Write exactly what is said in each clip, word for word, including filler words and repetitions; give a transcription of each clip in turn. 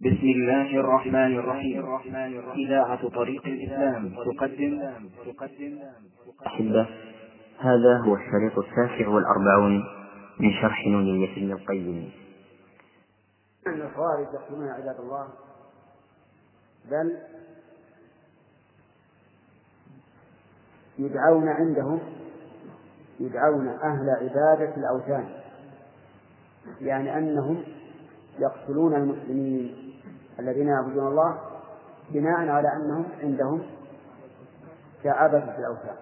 بسم الله الرحمن الرحيم. إذاعة طريق الإسلام تقدم تقدم أحبة، هذا هو الشريط التاسع والأربعون من شرح نونية ابن القيم. أن الخوارج يقتلون عباد الله، بل يدعون عندهم يدعون أهل عبادة الأوثان، يعني أنهم يقتلون المسلمين الذين يعبدون الله بناء على أنهم عندهم كعبدة الأوثان.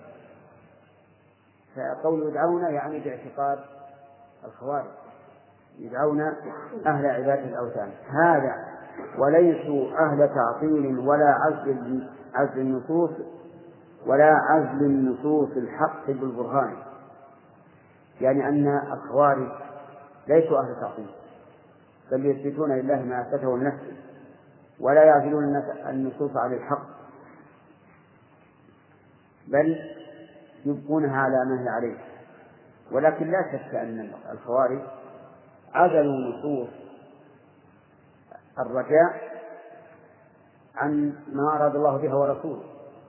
فقول يدعون يعني باعتقاد الخوارج، يدعون أهل عبادة الأوثان هذا، وليسوا أهل تعطيل ولا عزل عزل النصوص ولا عزل النصوص الحق بالبرهان، يعني أن الخوارج ليسوا أهل تعطيل، بل يثبتون لله ما أثبته لنفسه ولا يعزلون النصوص عن الحق، بل يبقونها على ما هي عليه. ولكن لا شك أن الخوارج عزلوا نصوص الرجاء عن ما أراد الله بها ورسوله،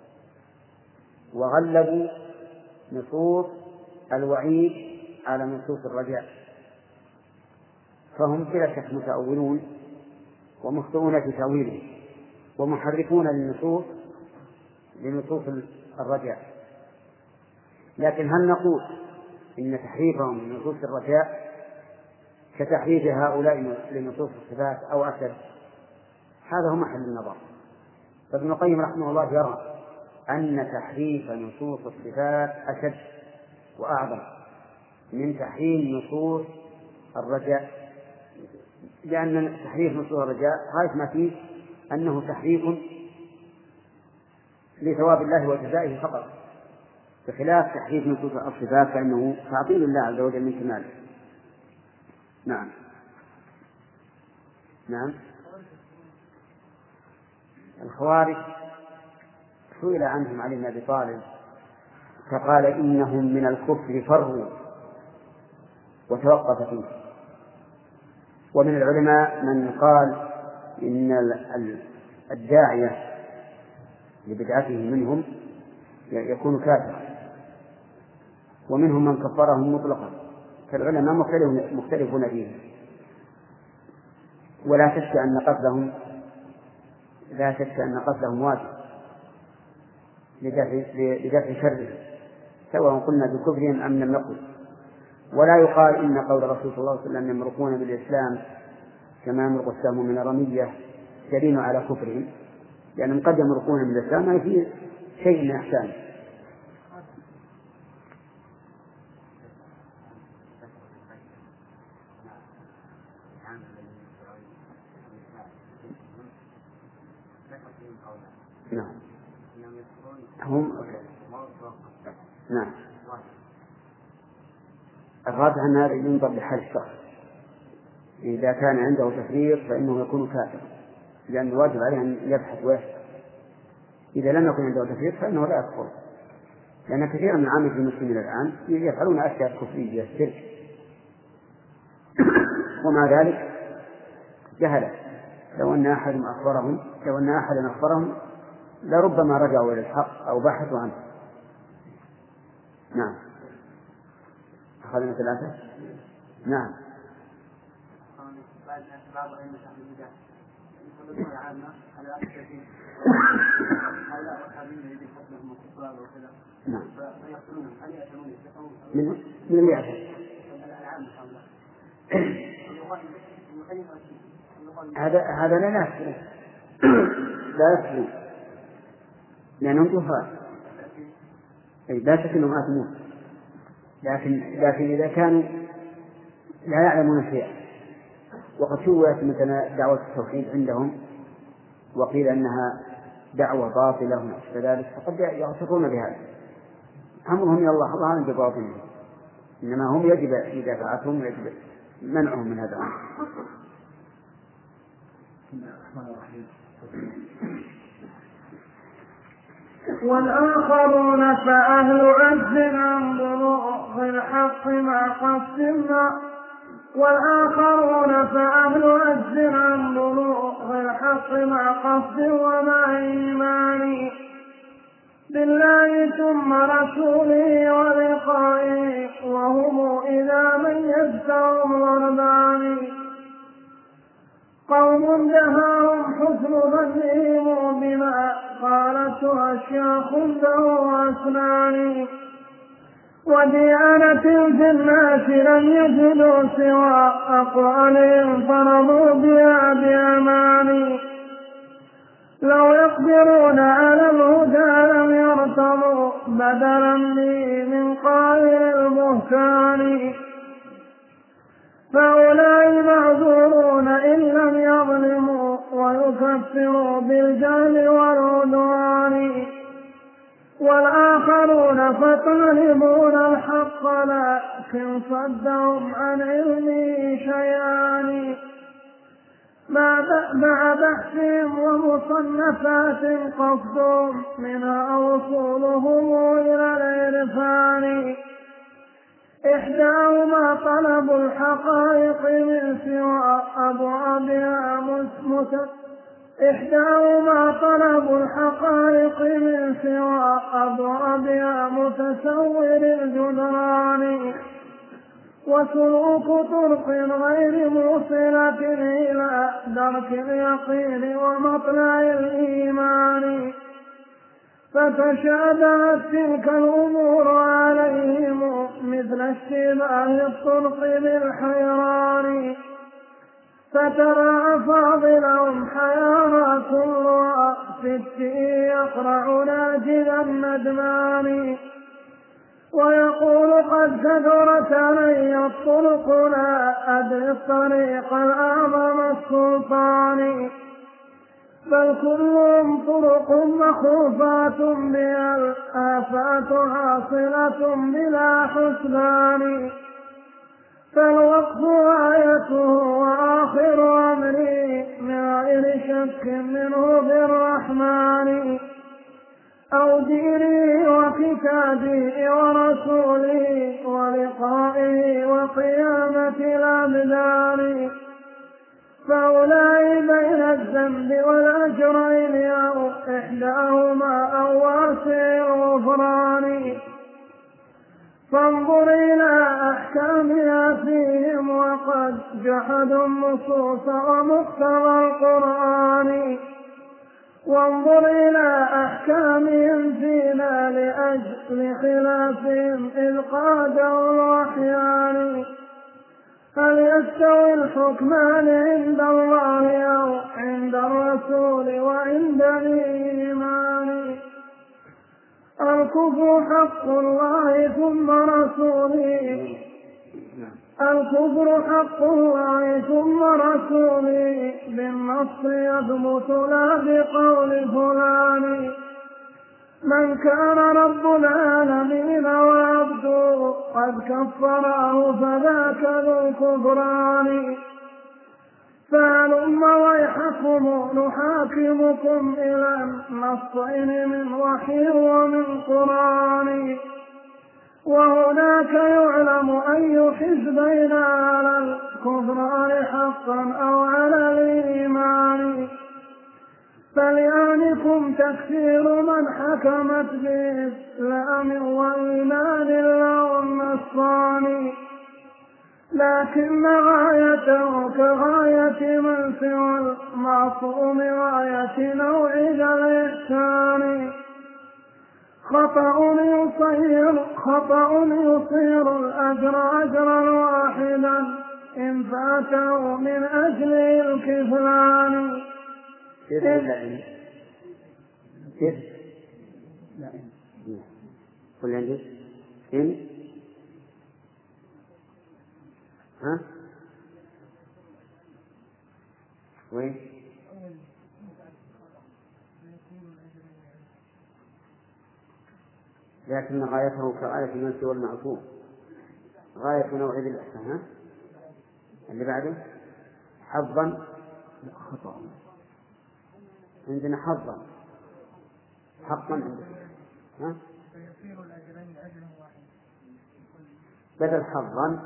وغلبوا نصوص الوعيد على نصوص الرجاء، فهم بلا شك متأولون ومخطئون في تأويله ومحرفون للنصوص لنصوص الرجاء. لكن هل نقول إن تحريفهم لنصوص الرجاء كتحريف هؤلاء لنصوص الصفات أو أشد؟ هذا هو محل النظر. فابن القيم رحمه الله يرى أن تحريف نصوص الصفات أشد وأعظم من تحريف نصوص الرجاء، لأن تحريف نصوص الرجاء غاية ما فيه أنه تحريف لثواب الله وجزائه فقط، بخلاف تحريف نصوص الصفات فإنه تعطيل الله عز وجل من كماله. نعم نعم الخوارج سئل عنهم علي بن أبي طالب فقال إنهم من الكفر فروا وتوقف فيه. ومن العلماء من قال إن الداعية لبدعته منهم يكون كافرا، ومنهم من كفرهم مطلقا، فالعلماء مختلفون فيه. ولا شك أن قتلهم لا شك أن قتلهم واجب لدفع شره، سواء قلنا بكفرهم أم لم نقل. ولا يقال إن قول رسول الله صلى الله عليه وسلم يمرقون بالإسلام كما يمرق السهم من الرمية دليل على كفرهم، لأنهم قد يمرقون من الإسلام ما فيه شيء من إحسان. نعم هم نعم الراجح أن هذا ينظر لحال الشخص، إذا كان عنده تفريط فإنه يكون كافرا، لأن الواجب عليه أن يبحث ويسأل. إذا لم يكن عنده تفريط فإنه لا يكفر، لأن كثيرا من عامة المسلمين الآن يفعلون أشياء كفرية الشرك ومع ذلك جهلة. لو أن أحد أخبرهم لو أن أحدا أخبرهم لربما رجعوا إلى الحق أو بحثوا عنه. نعم أخذنا ثلاثة. نعم بعض أئمة أهل البدع يقولون العامة على أساس هؤلاء الصحابيين الذين حكمهم الكفار وكذا، نعم فيقتلون هل يأتون من من اللي يأتي العامة هؤلاء هذا هذا لا يكفي لا يكفي لأنهم كفار، لا شك أنهم آثمون، لكن لكن إذا كانوا لا يعلمون شيئا وقد شوهت مثلا دعوة التوحيد عندهم وقيل أنها دعوة باطلة وما أشبه ذلك، فقد يعتقون بهذا. أمرهم إلى الله، الله أعلم بباطنهم، إنما هم يجب إذا فعلتهم يجب منعهم من هذا الأمر. والآخرون فأهل عز عن بلوغ الحق مع قصدنا والآخرون فأهل عز عن بلوغ الحق مع قصد ومع إيمان بالله ثم رسوله ولقائه، وهم إذا ميزتهم ضربان. قوم دهاهم حسن ظنهم بما قالته أشياخ ذو أسنان، وديانة في الناس لم يجدوا سوى أقوالهم فرضوا بها بأمان. لو يقدرون على الهدى لم يرتضوا بدلا لي من قائل البهتان. فأولئك معذورون إن لم يظلموا ويكفروا بالجهل والعدوان، والآخرون فطالبون الحق لكن صدهم عن علمه شيئان. مع بحثهم ومصنفات قصدهم منها وصولهم إلى العرفان. إحداهما طلب الحقائق من سوى أبوابها مسمسة إحداهما طلب الحقائق من سوى أبوابها متسور الجدران، وسلوك طرق غير موصلة إلى درك اليقين ومطلع الإيمان. فتشابهت تلك الأمور عليهم مثل اشتباه الطرق بالحيران. فترى فاضلهم حيارى كلها في التئ يقرع ناجذا الندمان، ويقول قد كثرت علي الطرق لا أدري الطريق الأعظم السلطان. بل كلهم طرق مخوفات بها الآفات حاصلة بلا حسبان. فالوقف آيته وآخر أمري من غير شك منه بالرحمن، أو دينه وكتابه ورسوله ولقائه وقيامة الأبدان. فأولئك بين الذنب والأجرين أو إحداهما أو واسع الغفران. فانظر إلى أحكامها فيهم وقد جحدوا النصوص ومقتضى القرآن. وانظر إلى أحكامهم فينا لأجل خلافهم إذ قادوا الوحيان. هل يستوي الحكمان عند الله أو عند الرسول وعند الإيمان؟ الكفر حق الله ثم رسوله الكفر حق الله ثم رسوله بالنص يثبت لا بقول فلان. من كان رب العالمين وعبده قد كفره فذاك ذو الكفران. فهلم ويحكم نحاكمكم إلى النصين من وحي ومن قرآن. وهناك يعلم أي حزبين على الكفران حقا أو على الإيمان. فليعنكم تكفير من حكمت بإسلام وإيمان لهم النصراني، لكن غايته كغاية من سوى المعصوم غاية نوع ذا الإحسان. خطأ يصير خطأ يصير الأجر أجرا واحدا إن فاته من أجل الكفلان. كيف لا كيف لا قل عندي إن ها وين لكن غايته كغاية من سوى المعصوم غاية نوع ذي الإحسان. ها اللي بعده حظا خطأ عندنا حظا حقا عندنا ها بدل حظا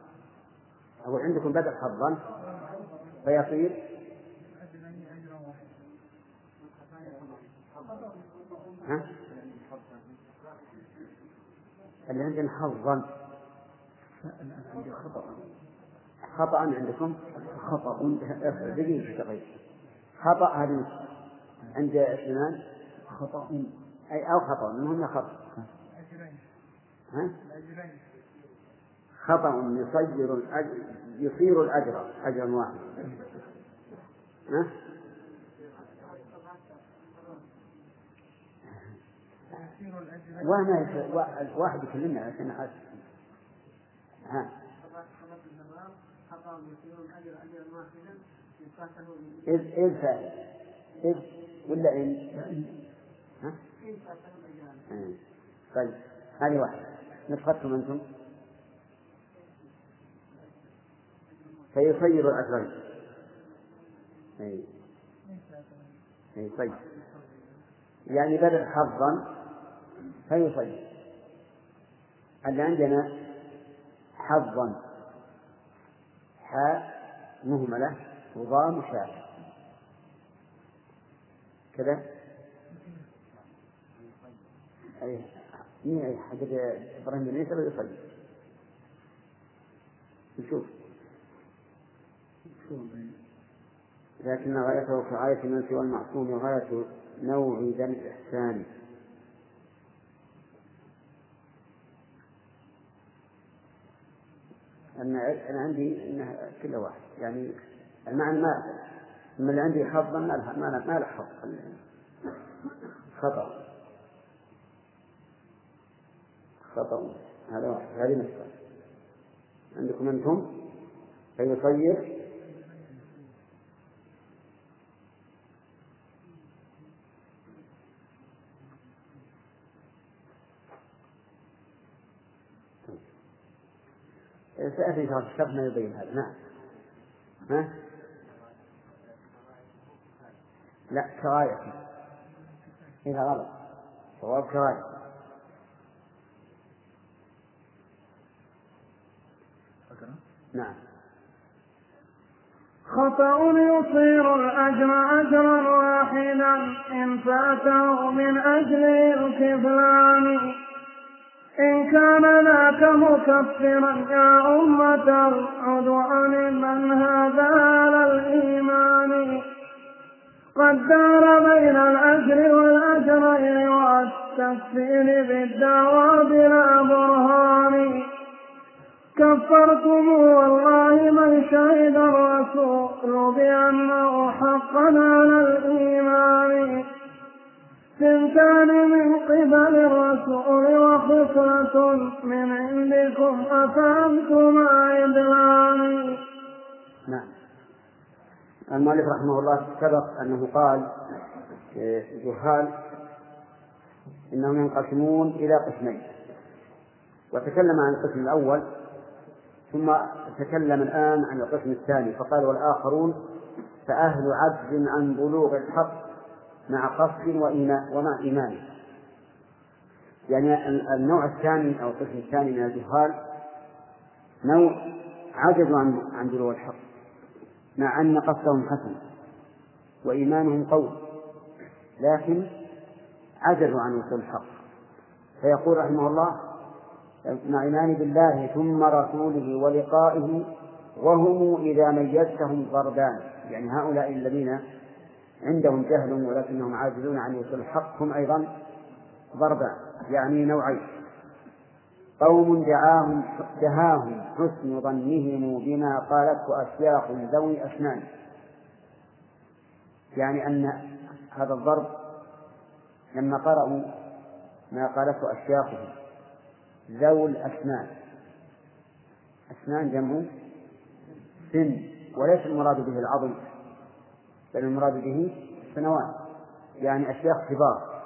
أو عندكم بدل حظا فيصير ها؟ اللي عندنا حظا خطأ عندكم خطأ دقيقة تقريبا خطأ هذه عند سليمان خطأ أي أو خطأ منهن خطأ ها؟ خطأ يصير الأجر يصير الأجر أجرا واحدا ها؟ وانا واحد يكلمنا عشان عاد ها إذ إذ فاعل إذ ولا إن ها؟ طيب هذه واحدة نسختم أنتم فيصير الأجرين أي أي طيب يعني بدل حظا فيصير اللي عندنا حظا حاء مهملة وضاء مشابه كذا أي مين أي حاجة إبراهيم بن عيسى يصير نشوف لكن غايته كغاية من سوى المعصوم وغاية نوع ذا الإحسان أنا أنا عندي إنها كل واحد يعني المعنى ما من اللي عندي حظا ما له ما ما له حظ خطأ خطأ هذا واحد هذه نسخة عندكم أنتم فيصير سأتي شرح الشرح ما يبين هذا نعم ها؟ لا كغاية إذا غلط صواب كغاية نعم خطأ يصير الأجر أجرا واحدا إن فاته من أجل الكفلان إن كان ذاك مكفرا يا أمة عدوان من هذا على الإيمان قد دار بين الأجر والأجرين والتكفير بالدعوى بلا برهان كفرتم والله من شهد الرسول بأنه حقا على الإيمان ثنتان من قبل الرسول وخصلة من عندكم أفهمتما عدلان. نعم. المؤلف رحمه الله سبق أنه قال جهال إنهم ينقسمون إلى قسمين وتكلم عن القسم الأول ثم تكلم الآن عن القسم الثاني فقال والآخرون فأهل عجز عن بلوغ الحق مع قصد ومع إيمان يعني النوع الثاني أو القسم الثاني من الجهال نوع عجز عن بلوغ الحق مع أن قصدهم حسن وإيمانهم قوي لكن عجزوا عن وصول الحق فيقول رحمه الله مع إيمان بالله ثم رسوله ولقائه وهم إذا ميزتهم ضربان يعني هؤلاء الذين عندهم جهل ولكنهم عاجزون عن وصول الحق هم أيضا ضربان يعني نوعين قوم دعاهم دهاهم حسن ظنهم بما قالته أشياخ ذوي أسنان يعني أن هذا الضرب لما قرأوا ما قالته أشياخهم ذوي الأسنان أسنان جمع سن وليس المراد به العظم بل المراد به السنوات يعني أشياخ كبار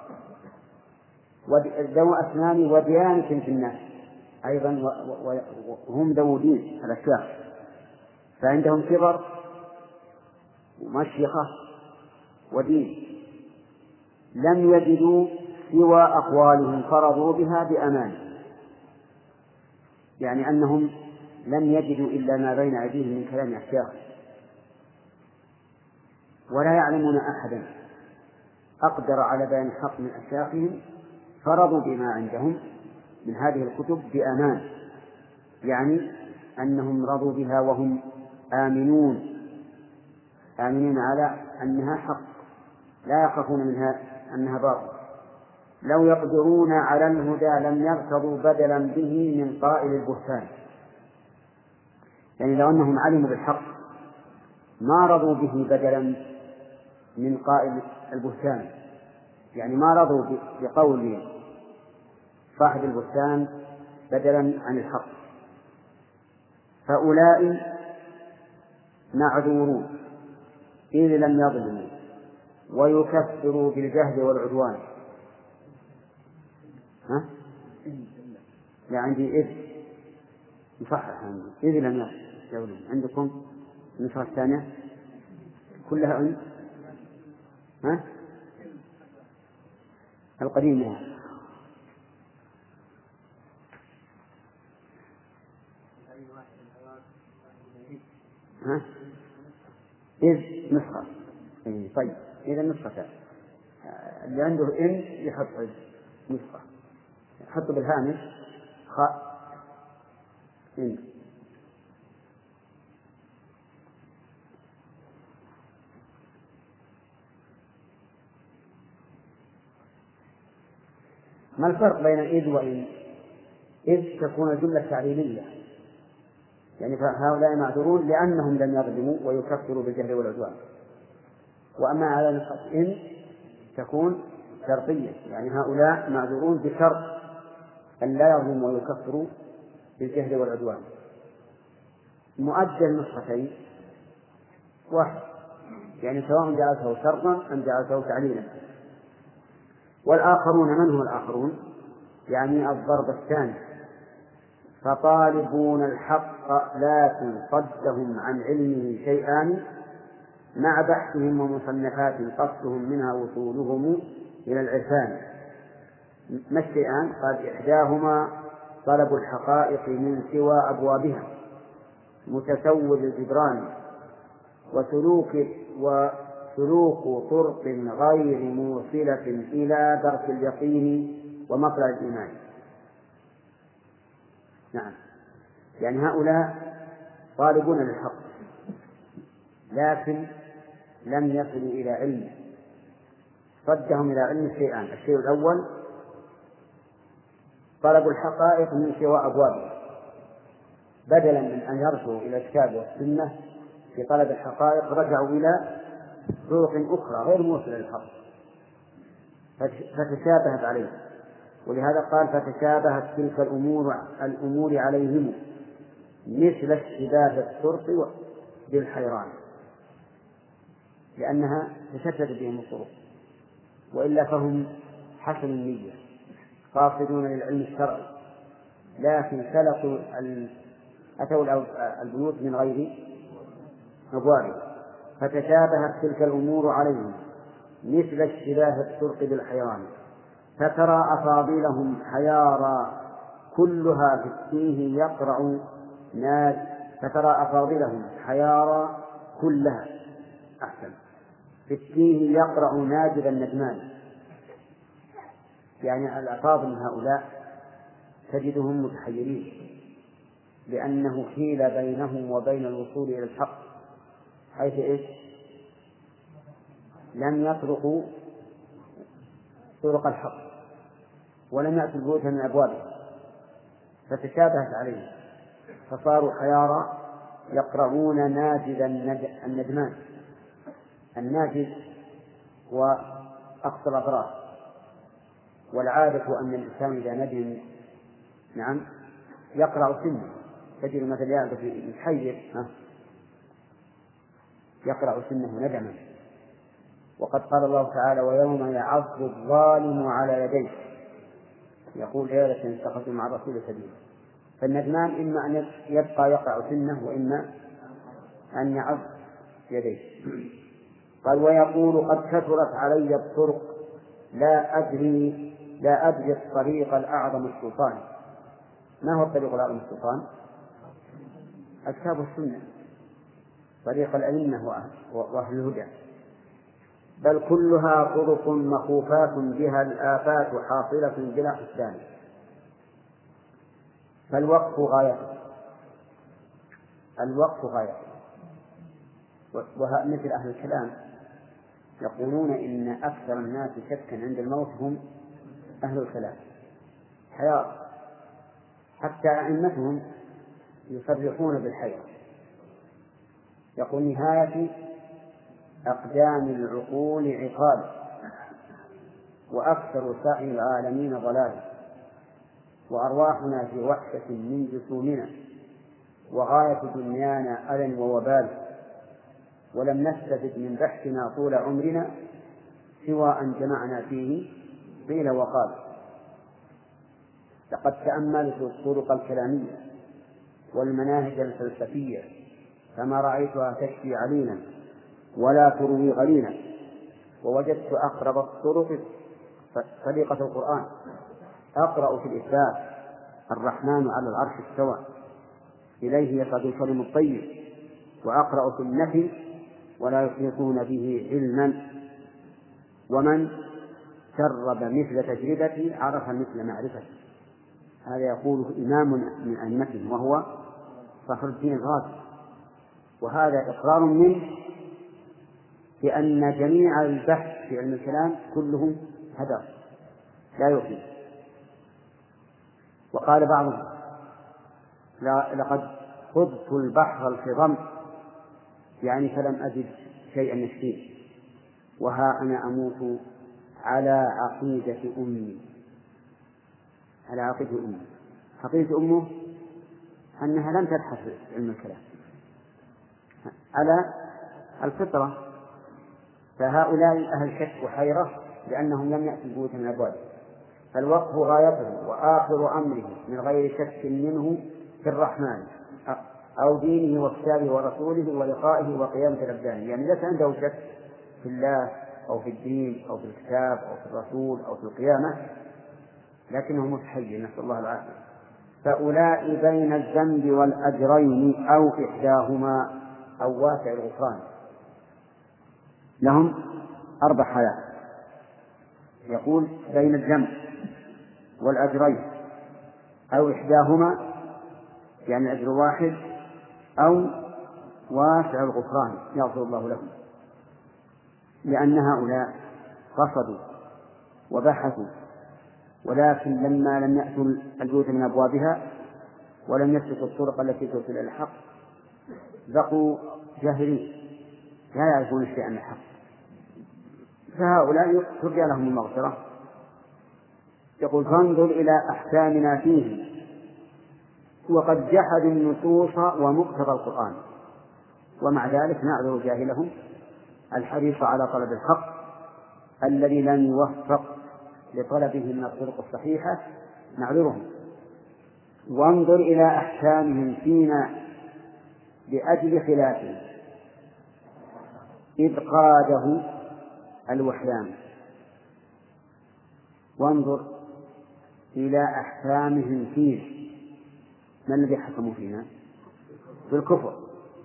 ذوي أسنان وديانة في الناس أيضا وهم ذو دين الأشياخ فعندهم كبر ومشيخة ودين لم يجدوا سوى أقوالهم فرضوا بها بأمان يعني أنهم لم يجدوا إلا ما بين أيديهم من كلام أشياخ ولا يعلمون أحدا أقدر على بيان الحق من أشياخهم فرضوا بما عندهم من هذه الكتب بأمان، يعني أنهم رضوا بها وهم آمنون آمنين على أنها حق، لا يخافون منها أنها باطل. لو يقدرون على الهدى لم يرتضوا بدلا به من قائل البهتان، يعني لو أنهم علموا بالحق ما رضوا به بدلا من قائل البهتان، يعني ما رضوا بقول صاحب البهتان بدلا عن الحق. فأولئك معذورون إذ لم يظلموا ويكفروا بالجهل والعدوان. ها؟ لا عندي إذ مصحح عندي إذ لم يظلموا. عندكم النسخة الثانية كلها أن ها القديمة ها إذ نسخة. إيه طيب إذا نسخة اللي عنده إن يحط نسخة يحط بالهامش خاء إن. ما الفرق بين إذ وإن؟ إذ تكون الجملة تعليلية، يعني فهؤلاء معذورون لأنهم لم يظلموا ويكفروا بالجهل والعدوان. وأما على نسخة إن تكون شرطية، يعني هؤلاء معذورون بشرط أن لا يظلموا ويكفروا بالجهل والعدوان. مؤجل النسختين واحد، يعني سواء جعلته شرطا أم جعلته تعليلا. والآخرون من هم الآخرون؟ يعني الضرب الثاني، فطالبون الحق لكن صدهم عن علمه شيئان مع بحثهم ومصنفات قصدهم منها وصولهم إلى العرفان. ما الشيئان؟ قال إحداهما طلب الحقائق من سوى أبوابها متسول الجدران وسلوك وسلوك طرق غير موصلة إلى درك اليقين ومطلع الإيمان. نعم، يعني هؤلاء طالبون للحق لكن لم يصلوا إلى علم، صدهم إلى علم شيئان. الشيء الأول طلب الحقائق من سوى أبوابها، بدلا من أن يرجعوا إلى الكتاب والسنة في طلب الحقائق رجعوا إلى طرق أخرى غير موصلة للحق فتشابهت عليهم. ولهذا قال فتشابهت تلك الأمور الأمور عليهم مثل اشتباه الطرق بالحيران، لأنها تشتت بهم الطرق، وإلا فهم حسن النية قاصدون للعلم الشرعي، لكن سلكوا أتوا البيوت من غير أبوابها. فتشابهت تلك الأمور عليهم مثل اشتباه الطرق بالحيران، فترى أفاضلهم حيارى كلها في التيه يقرع ناج فترى أفاضلهم حيارى كلها أحسن في التيه يقرع ناجذ الندمان. يعني الأفاضل من هؤلاء تجدهم متحيرين لأنه حيل بينهم وبين الوصول إلى الحق، حيث إيش؟ لم يطرقوا طرق الحق ولم يأتوا البيوت من أبوابها فتشابهت عليهم فصاروا حيارى يقرعون ناجذ الندمان. الناجذ هو أقصى الأطراف، والعادة أن الإنسان إذا ندم نعم يقرع سنه، تجد مثل يعرف يتحير يقرع سنه ندما. وقد قال الله تعالى ويوم يعض الظالم على يديه يقول يا ليتني اتخذت مع الرسول سبيلا. فالندمان إما أن يبقى يقرع سنه وإما أن يعض يديه. قال ويقول قد كثرت علي الطرق لا أدري لا أدري الطريق الأعظم السلطان. ما هو الطريق الأعظم السلطان؟ الكتاب والسنة، طريق الأئمة وأهل الهدى. بل كلها طرق مخوفات بها الآفات حاصلة بلا حسبان. فالوقف غايته الوقف غايته ومثل أهل الكلام يقولون إن أكثر الناس شكا عند الموت هم أهل الكلام حياة، حتى أئمتهم يصرحون بالحيرة، يقول نهاية أقدام العقول عقال، وأكثر سعي العالمين ضلال، وأرواحنا في وحشة من جسومنا، وغاية دنيانا أذى ووبال، ولم نستفد من بحثنا طول عمرنا سوى أن جمعنا فيه قيل وقال. لقد تأملت الطرق الكلامية والمناهج الفلسفية فما رأيتها تشفي علينا ولا تروي غلينا، ووجدت أقرب الطرق طريقة القرآن. أقرأ في الإثبات الرحمن على العرش استوى إليه يصعد الكلم الطيب، وأقرأ في النفي ولا يحيطون به علما، ومن سرب مثل تجربتي عرف مثل معرفتي. هذا يقوله إمام من أئمتهم وهو فخر الدين الرازي، وهذا إقرار منه بأن جميع البحث في علم الكلام كله هدر لا يفيد. وقال بعضهم لقد خضت البحر الخضم، يعني فلم أجد شيئا يشفيه، وها أنا أموت على عقيدة أمي. على عقيدة أمي، عقيدة أمه أنها لم تبحث في علم الكلام، على الفطرة. فهؤلاء أهل شك وحيرة لأنهم لم يأتوا بيوت من الأبواب. فالوقف غايته وآخر أمره من غير شك منه في الرحمن أو دينه وكتابه ورسوله ولقائه وقيامة الأبدان، يعني ليس عنده شك في الله أو في الدين أو في الكتاب أو في الرسول أو في القيامة، لكنه متحير نسأل الله العافية. فأولئك بين الذنب والأجرين أو إحداهما أو واسع الغفران لهم أربع حالات. يقول بين الذنب والأجرين أو إحداهما يعني أجر واحد أو واسع الغفران يغفر الله لهم، لأن هؤلاء قصدوا وبحثوا، ولكن لما لم يأتوا البيوت من أبوابها ولم يسلكوا الطرق التي توصل إلى الحق بقوا جاهلين لا يعرفون شيئا عن الحق. فهؤلاء ترجى لهم المغفرة. يقول فانظر إلى أحكامنا فيه وقد جحدوا النصوص ومقتضى القرآن، ومع ذلك نعذر جاهلهم الحريص على طلب الحق الذي لم يوفق لطلبه من الطرق الصحيحة نعذرهم. وانظر إلى أحكامهم فينا لأجل خلافه إذ قاده الوحيان. وانظر إلى أحكامهم فينا، ما الذي حكموا فينا؟ بالكفر.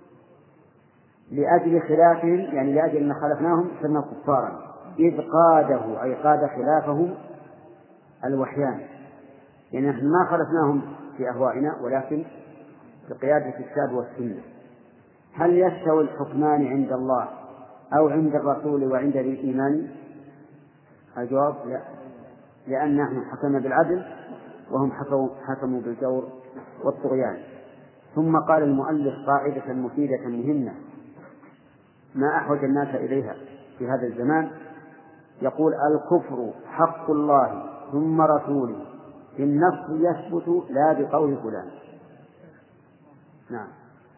لأجل خلافهم يعني لأجل أن خالفناهم صرنا كفارا، إذ قاده أي قاد خلافه الوحيان، يعني نحن ما خالفناهم في أهوائنا ولكن بقيادة الكتاب والسنة. هل يستوي الحكمان عند الله أو عند الرسول وعند ذي الإيمان؟ الجواب لا، لأن نحن حكمنا بالعدل وهم حكموا بالجور والطغيان. ثم قال المؤلف قاعدة مفيدة مهمة ما أحوج الناس إليها في هذا الزمان، يقول الكفر حق الله ثم رسوله في النص يثبت لا بقول فلان. نعم،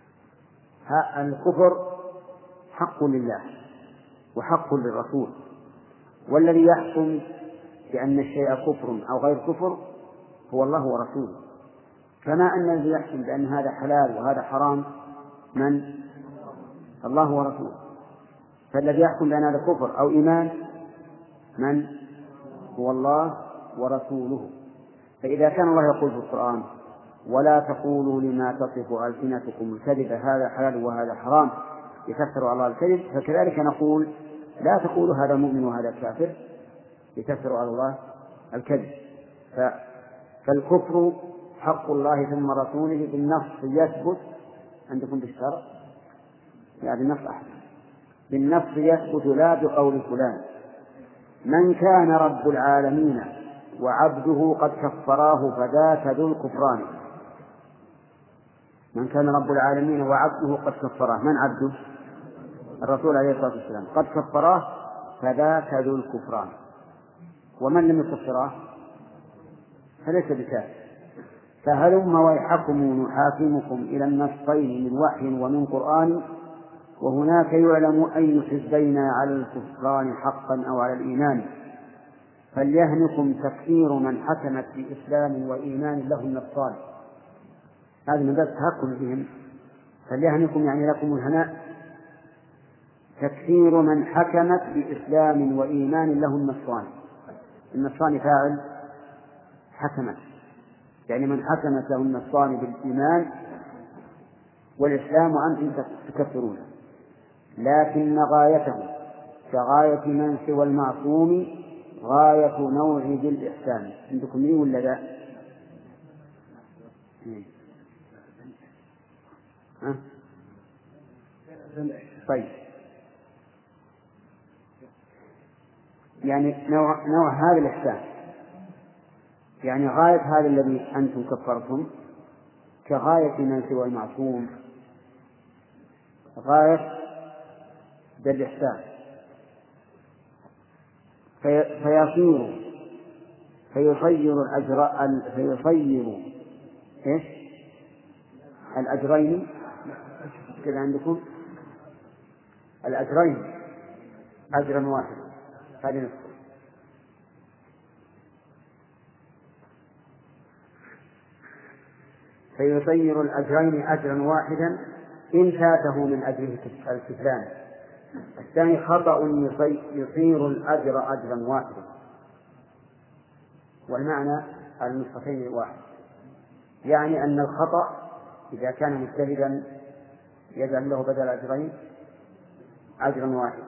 الكفر حق لله وحق للرسول، والذي يحكم بأن الشيء كفر أو غير كفر هو الله ورسوله، كما أن الذي يحكم بأن هذا حلال وهذا حرام من؟ الله ورسوله. فالذي يحكم بأن هذا كفر أو إيمان من؟ هو الله ورسوله. فإذا كان الله يقول في القرآن ولا تقولوا لما تصف ألسنتكم الكذب هذا حلال وهذا حرام يكفر الله الكذب، فكذلك نقول لا تقولوا هذا مؤمن وهذا كافر لتفتروا على الله الكذب. فالكفر حق الله ثم رسوله بالنص يثبت عندكم بالشرع، لا بالنص أحسن، بالنص يثبت لا بقول فلان. من كان رب العالمين وعبده قد كفراه فذاك ذو الكفران. من كان رب العالمين وعبده قد كفراه، من عبده؟ الرسول عليه الصلاة والسلام، قد كفراه فذاك ذو الكفران. ومن لم يكفراه فليس بكافر. فهلم ويحكم نحاكمكم إلى النصين من وحي ومن قرآن، وهناك يعلم أي حزبين على الكفران حقا أو على الإيمان. فليهنكم تكفير من حكمت بإسلام وإيمان له النصان. هذا من باب التهكم بهم. فليهنكم يعني لكم الهناء تكفير من حكمت بإسلام وإيمان له النصان. النصان فاعل حكمت، يعني من حكمت له النصان بالإيمان والإسلام وأنتم تكفرون. لكن غايته كغاية من سوى المعصوم غاية نوع ذي الإحسان. عندكم لي ولا لا؟ ها؟ طيب، يعني نوع, نوع هذا الإحسان، يعني غاية هذا الذي أنتم كفرتم كغاية من سوى المعصوم غاية ذا الإحسان. في فيصير فيصير الأجر فيصير إيش الأجرين كذا عندكم الأجرين أجرا واحدا. هذه نفسه فيصير الأجرين أجرا واحدا إن فاته من أجره الكفلان. الثاني خطأ يصير الأجر أجرا واحدا، والمعنى على النسختين واحد، يعني أن الخطأ إذا كان مجتهدا يجعل له بدل أجرين أجرا واحدا،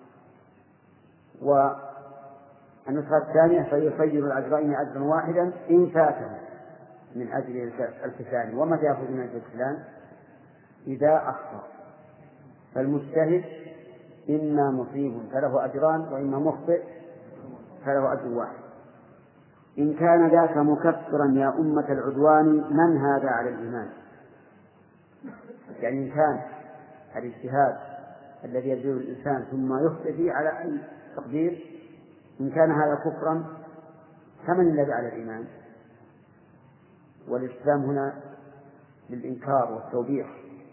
والنسخة الثانية فيصير الأجرين أجرا واحدا إن فاته من أجل الكفلان. ومتى يأخذ من أجل الكفلان؟ إذا أخطأ. فالمجتهد إما مصيب فله أجران وإما مخطئ فله أجر واحد. إن كان ذاك مكفرا يا أمة العدوان من هذا على الإيمان. يعني إن كان الاجتهاد الذي يبذله الإنسان ثم يخطئ فيه على أي تقدير، إن كان هذا كفرا فمن الذي على الإيمان؟ والإسلام هنا للإنكار والتوبيخ.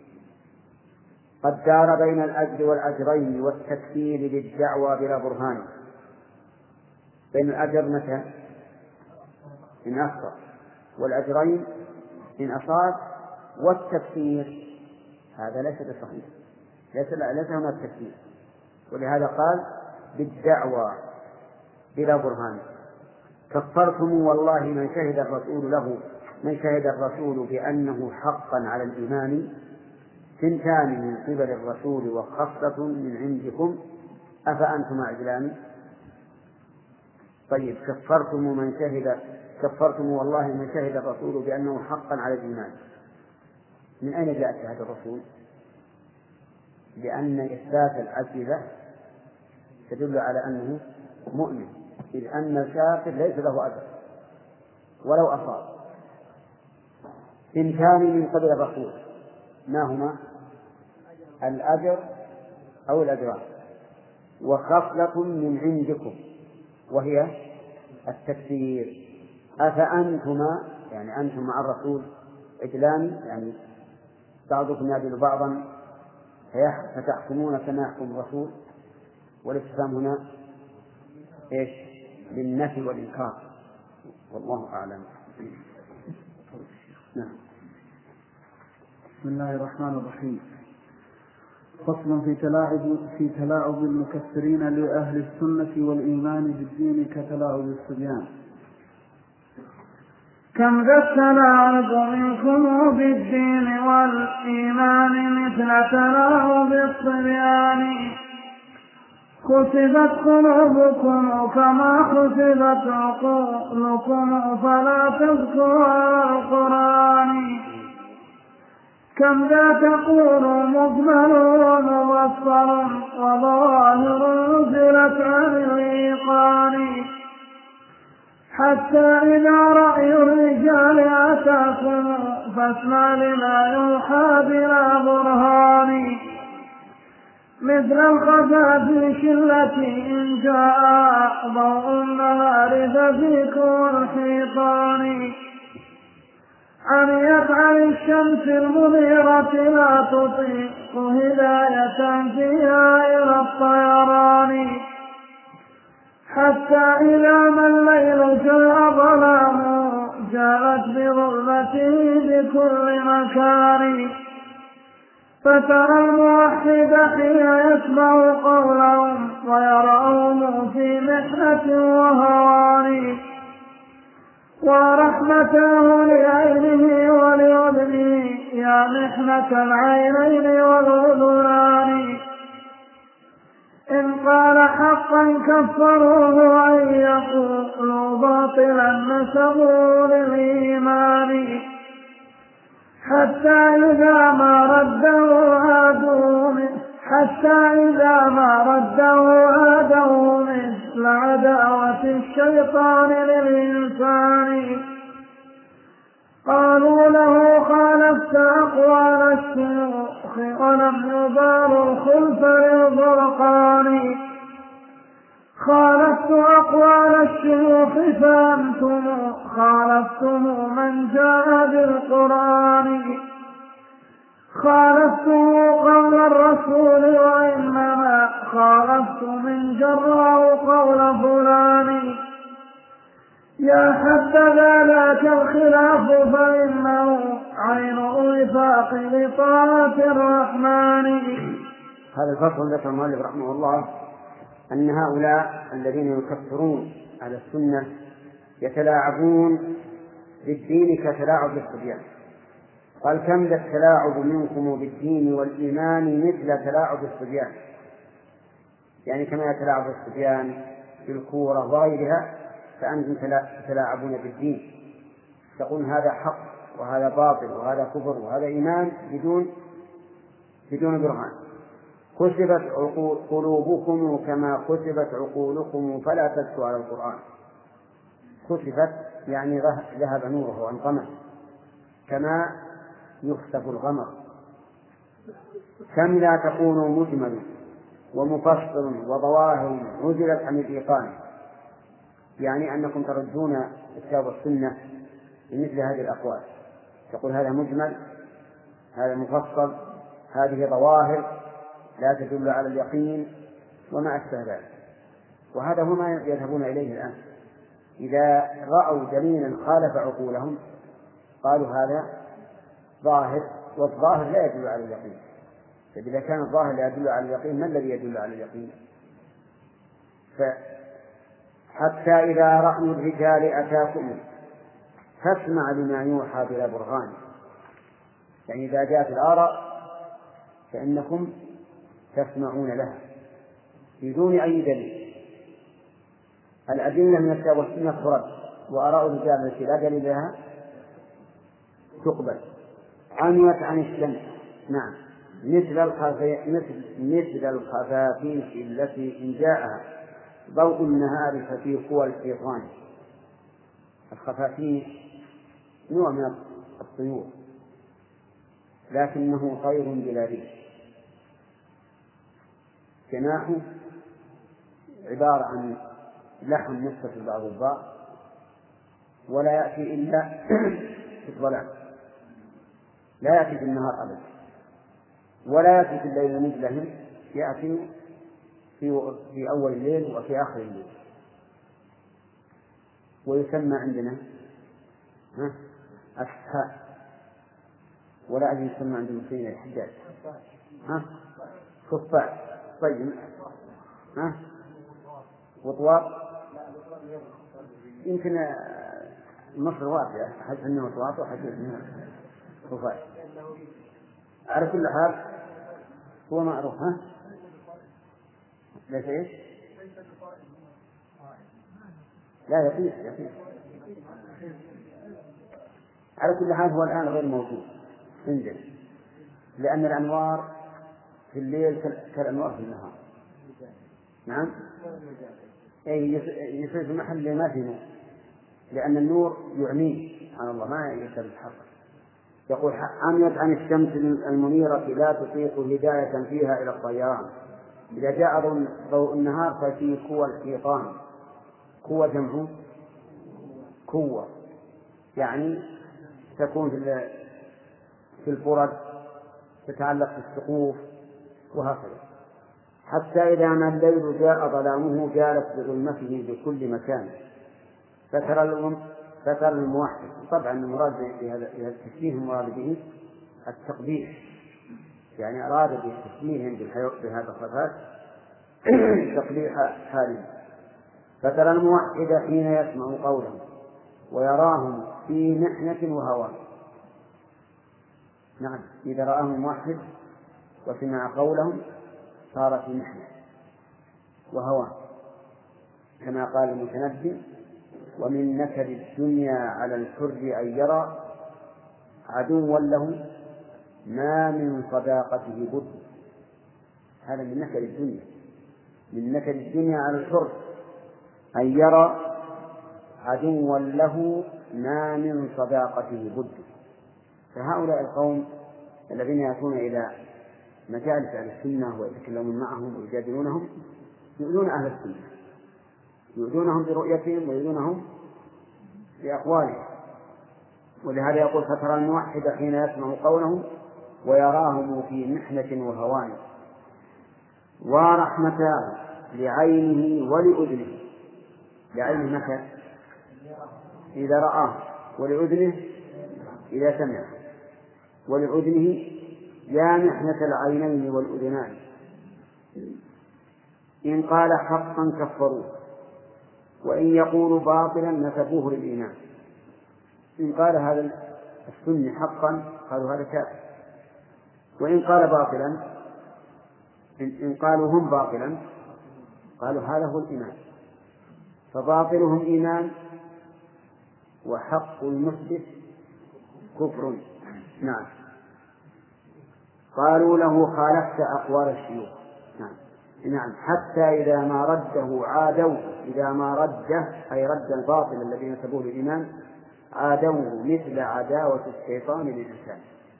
قد دار بين الأجر والأجرين والتكفير للدعوى بلا برهان. بين الأجر متى؟ إن أخطأ، والأجرين إن أصاب، والتكفير هذا ليس بصحيح، ليس ليس هناك تكفير. ولهذا قال بالدعوى بلا برهان. كفرتم والله من شهد الرسول له من شهد الرسول بأنه حقا على الإيمان ثنتان من قبل الرسول وخصلة من عندكم أفأنتم أعجلان. طيب، كفرتم من شهد كفرتم والله من شهد الرسول بأنه حقا على الإيمان. من أين جاءت هذا الرسول؟ لأن إثبات الأجوبة تدل على أنه مؤمن، إذ أن الكافر ليس له أجر ولو أصاب. ثنتان من قبل الرسول، ما هما؟ الأجر أو الأجران، وخصلة من عندكم وهي التكفير. أفأنتما يعني أنتم مع الرسول عدلان، يعني بعضكم يعدل بعضا فتحكمون كما يحكم الرسول. والاستفهام هنا إيش؟ للنفي والإنكار، والله أعلم. نعم. بسم الله الرحمن الرحيم. فصل في تلاعب في تلاعب المكفرين لأهل السنة والإيمان بالدين كتلاعب الصبيان. كم ذا التلاعب منكم بالدين والإيمان مثل تلاعب الصبيان، خسفت قلوبكم كما خسفت عقولكم فلا تذكروا على القرآن كم ذا تقول مجمل ومبصر وظاهر نزلت عن الإيقان حتى إذا رأي الرجال أتاكم فاسمع لما يوحى بلا برهان مثل الخفافيش التي إن جاء ضوء النهار ففيكم الحيطان عميت عن الشمس المنيرة لا تطيق هداية فيها إلى الطيران حتى إذا ما الليل جاء ظلام جاءت بظلمته بكل مكان فترى الموحد حين يسمع قولهم ويرون في محنة وهوان ورحمته لعينه ولأذنه يا محنة العينين والأذنان إن قال حقا كفروه وإن يقولوا باطلا نسبوا للإيمان حتى إذا ما رده عادوا حتى إذا ما رده عادوا مثل عداوة الشيطان للإنسان قالوا له خالفت أقوال الشيوخ ولم يبار الخلف للفرقان خالفت أقوال الشيوخ فأنتم خالفتم من جاء بالقرآن خالفته قول الرسول وإنما خالفت من جراه قول فلان يا حبذا ذاك الخلاف فإنه عين وفاق لطاعة الرحمن. هذا الفصل ذكر المؤلف رحمه الله أن هؤلاء الذين يكفرون على السنة يتلاعبون بالدين كتلاعب الصبيان. قال كم ذا التلاعب منكم بالدين والإيمان مثل تلاعب الصبيان، يعني كما يتلاعب الصبيان بالكورة وغيرها فأنتم تتلاعبون بالدين، تقول هذا حق وهذا باطل وهذا كفر وهذا إيمان بدون بدون برهان. كسبت قلوبكم كما كسبت عقولكم فلا تدسوا على القرآن. كسبت يعني ذهب نوره وانطمس كما يخسف الغمر. كم لا تكون مجمل ومفصل وظواهر عزلت عن الإيقان، يعني أنكم تردون الكتاب والسنة بمثل هذه الأقوال، تقول هذا مجمل هذا مفصل هذه ظواهر لا تدل على اليقين وما أشبه ذلك. وهذا هو ما يذهبون إليه الآن، إذا رأوا دليلا خالف عقولهم قالوا هذا ظاهر، والظاهر لا يدل على اليقين. فإذا كان الظاهر لا يدل على اليقين ما الذي يدل على اليقين؟ حتى إذا رأوا الرجال أتاكم فاسمع لما يوحى بلا برهان، يعني إذا جاءت الآراء فإنكم تسمعون لها بدون أي دليل. الأدلة من الكتاب والسنة ترد، وآراء الرجال التي لا دليل لها تقبل. عميت عن الشمس، نعم، مثل مثل مثل الخفافيش التي إن جاءها ضوء النهار ففي قوى الشيطان. الخفافيش نوع من الطيور لكنه طير بلا ريش، جناحه عبارة عن لحم متصل بعض البعض ولا يأتي إلا في الظلام، لا يأتي في النهار أبدا ولا يأتي في الليل مثلهم، يأتي في في أول الليل وفي آخر الليل. ويسمى عندنا أسحاء، ولا أدري يسمى عند المسلمين الحجاج ها خفاع. طيب ها وطواط، يمكن مصر واحدة حيث أنه وطواط وحيث أنه خفاع. على كل حال هو معروف. ها ليس إيش؟ لا يطيح يطيح. على كل حال هو الآن غير موجود عندنا، لأن الأنوار في الليل كالأنوار في النهار. نعم، أي يصير في محل ما فيه نور، لأن النور يعميه سبحان الله ما يقدر يتحقق. يقول عميت عن الشمس المنيرة لا تطيق هداية فيها إلى الطيران. إذا جاء ضوء النهار ففيه قوة الشيطان. قوة جمعه قوة، يعني تكون في الفرد، تتعلق في السقوف وهكذا، حتى إذا ما الليل جاء ظلامه جالت بظلمته بكل مكان. فترى فترى الموحد، طبعا المراد بهذا التشبيه المراد به التقبيح، يعني أراد بتشبيههم بهذا الصفات تقبيح حالهم. فترى الموحد حين يسمع قولهم ويراهم في محنة وهوان. نعم، إذا رآهم الموحد وسمع قولهم صار في محنة وهوان، كما قال المتنبي: ومن نكد الدنيا على الحر أن يرى عدوا له ما من صداقته بد. هذا من نكد الدنيا، من نكد الدنيا على الحر أن يرى عدوا له ما من صداقته بد. فهؤلاء القوم الذين يأتون إلى مجالس أهل السنة ويتكلمون معهم ويجادلونهم يؤذون أهل السنة، يؤذونهم برؤيتهم ويؤذونهم بأقوالهم. ولهذا يقول: فترى الموحد حين يسمع قولهم ويراهم في محنة وهوان. ورحمتاه لعينه ولأذنه. لعينه متى؟ إذا رآه، ولأذنه إذا سمع، ولأذنه يا محنة العينين والأذنان. إن قال حقا كفروه، وإن يقول باطلا نسبوه للإيمان. إن قال هذا السني حقا قالوا هذا كافر، وإن قال باطلا، إن قالوا هم باطلا قالوا هذا هو الإيمان. فباطلهم إيمان وحق المثبت كفر. نعم. قالوا له خالفت أقوال الشيوخ. نعم. نعم، حتى إذا ما رده عادوا، إذا ما رده أي رد الباطل الذي نسبوه للإيمان عادوا مثل عداوة الشيطان للإنسان.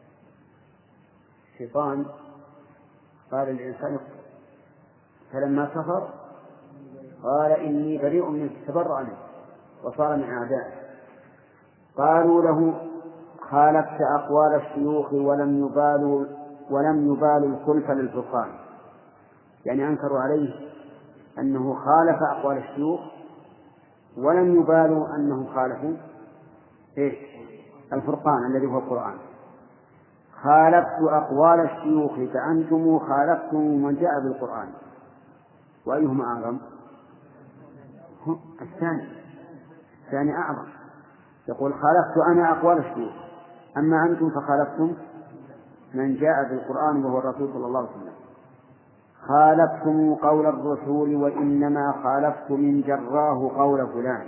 الشيطان قال للإنسان فلما كفر قال إني بريء منك، تبرأ منه وصار من أعدائه. قالوا له خالفت أقوال الشيوخ ولم يبالوا ولم يبالوا الخلف للفرقان، يعني أنكروا عليه أنه خالف أقوال الشيوخ ولم يبالوا أنهم خالفوا إيه؟ الفرقان الذي هو القرآن. خالفت أقوال الشيوخ فأنتم خالفتم من جاء بالقرآن. وأيهما أعظم؟ الثاني، الثاني أعظم. يقول خالفت أنا أقوال الشيوخ، أما أنتم فخالفتم من جاء بالقرآن وهو الرسول صلى الله عليه وسلم. خالفتم قول الرسول وإنما خالفت من جراه قول فلان،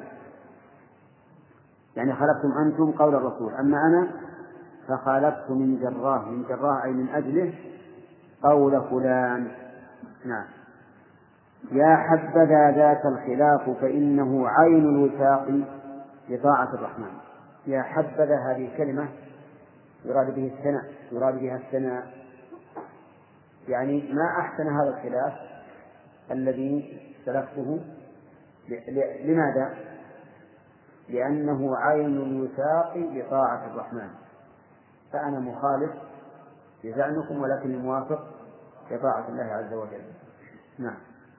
يعني خالفتم أنتم قول الرسول، أما أنا فخالفت من جراه، من جراه أي من أجله قول فلان. نعم. يا حبذا ذاك الخلاف فإنه عين الوثاق لطاعة الرحمن. يا حبذا هذه الكلمة يراد به الثناء، يراد بها الثناء، يعني ما أحسن هذا الخلاف الذي سلكته. لماذا؟ لأنه عين الوثاق لطاعة الرحمن، فأنا مخالف لزعمكم ولكن موافق لطاعة الله عز وجل. نعم.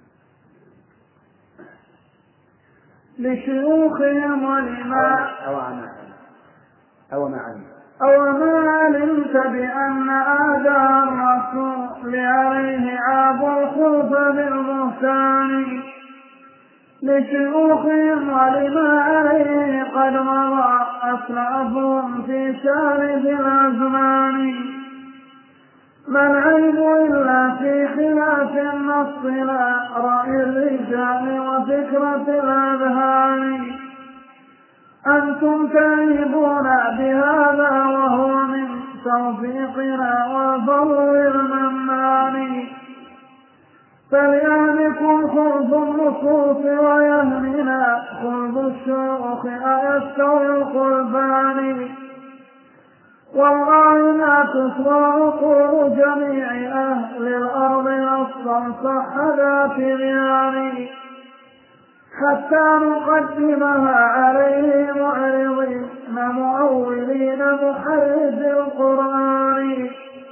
لشيوخهم ولما أو أو ما علم أو ما علمت بأن آذى الرسول عليه عاب الخوف بالبهتان. لشيوخهم ولما عليه قد مضى أسلافهم في سالف الأزمان. ما العيب إلا في خلاف النص لا رأي الرجال وفكرة الأذهان. أنتم تعيبون بهذا وهو من توفيقنا وفضل المنان. فليهلكم خلف النصوص ويهمنا خلف الشيوخ أيستوي الخلفان. والله ما تسوى عقول جميع أهل الأرض نصا صح ذات بيان. حتى نقدمها عليه معرضين مؤولين محرز القرآن.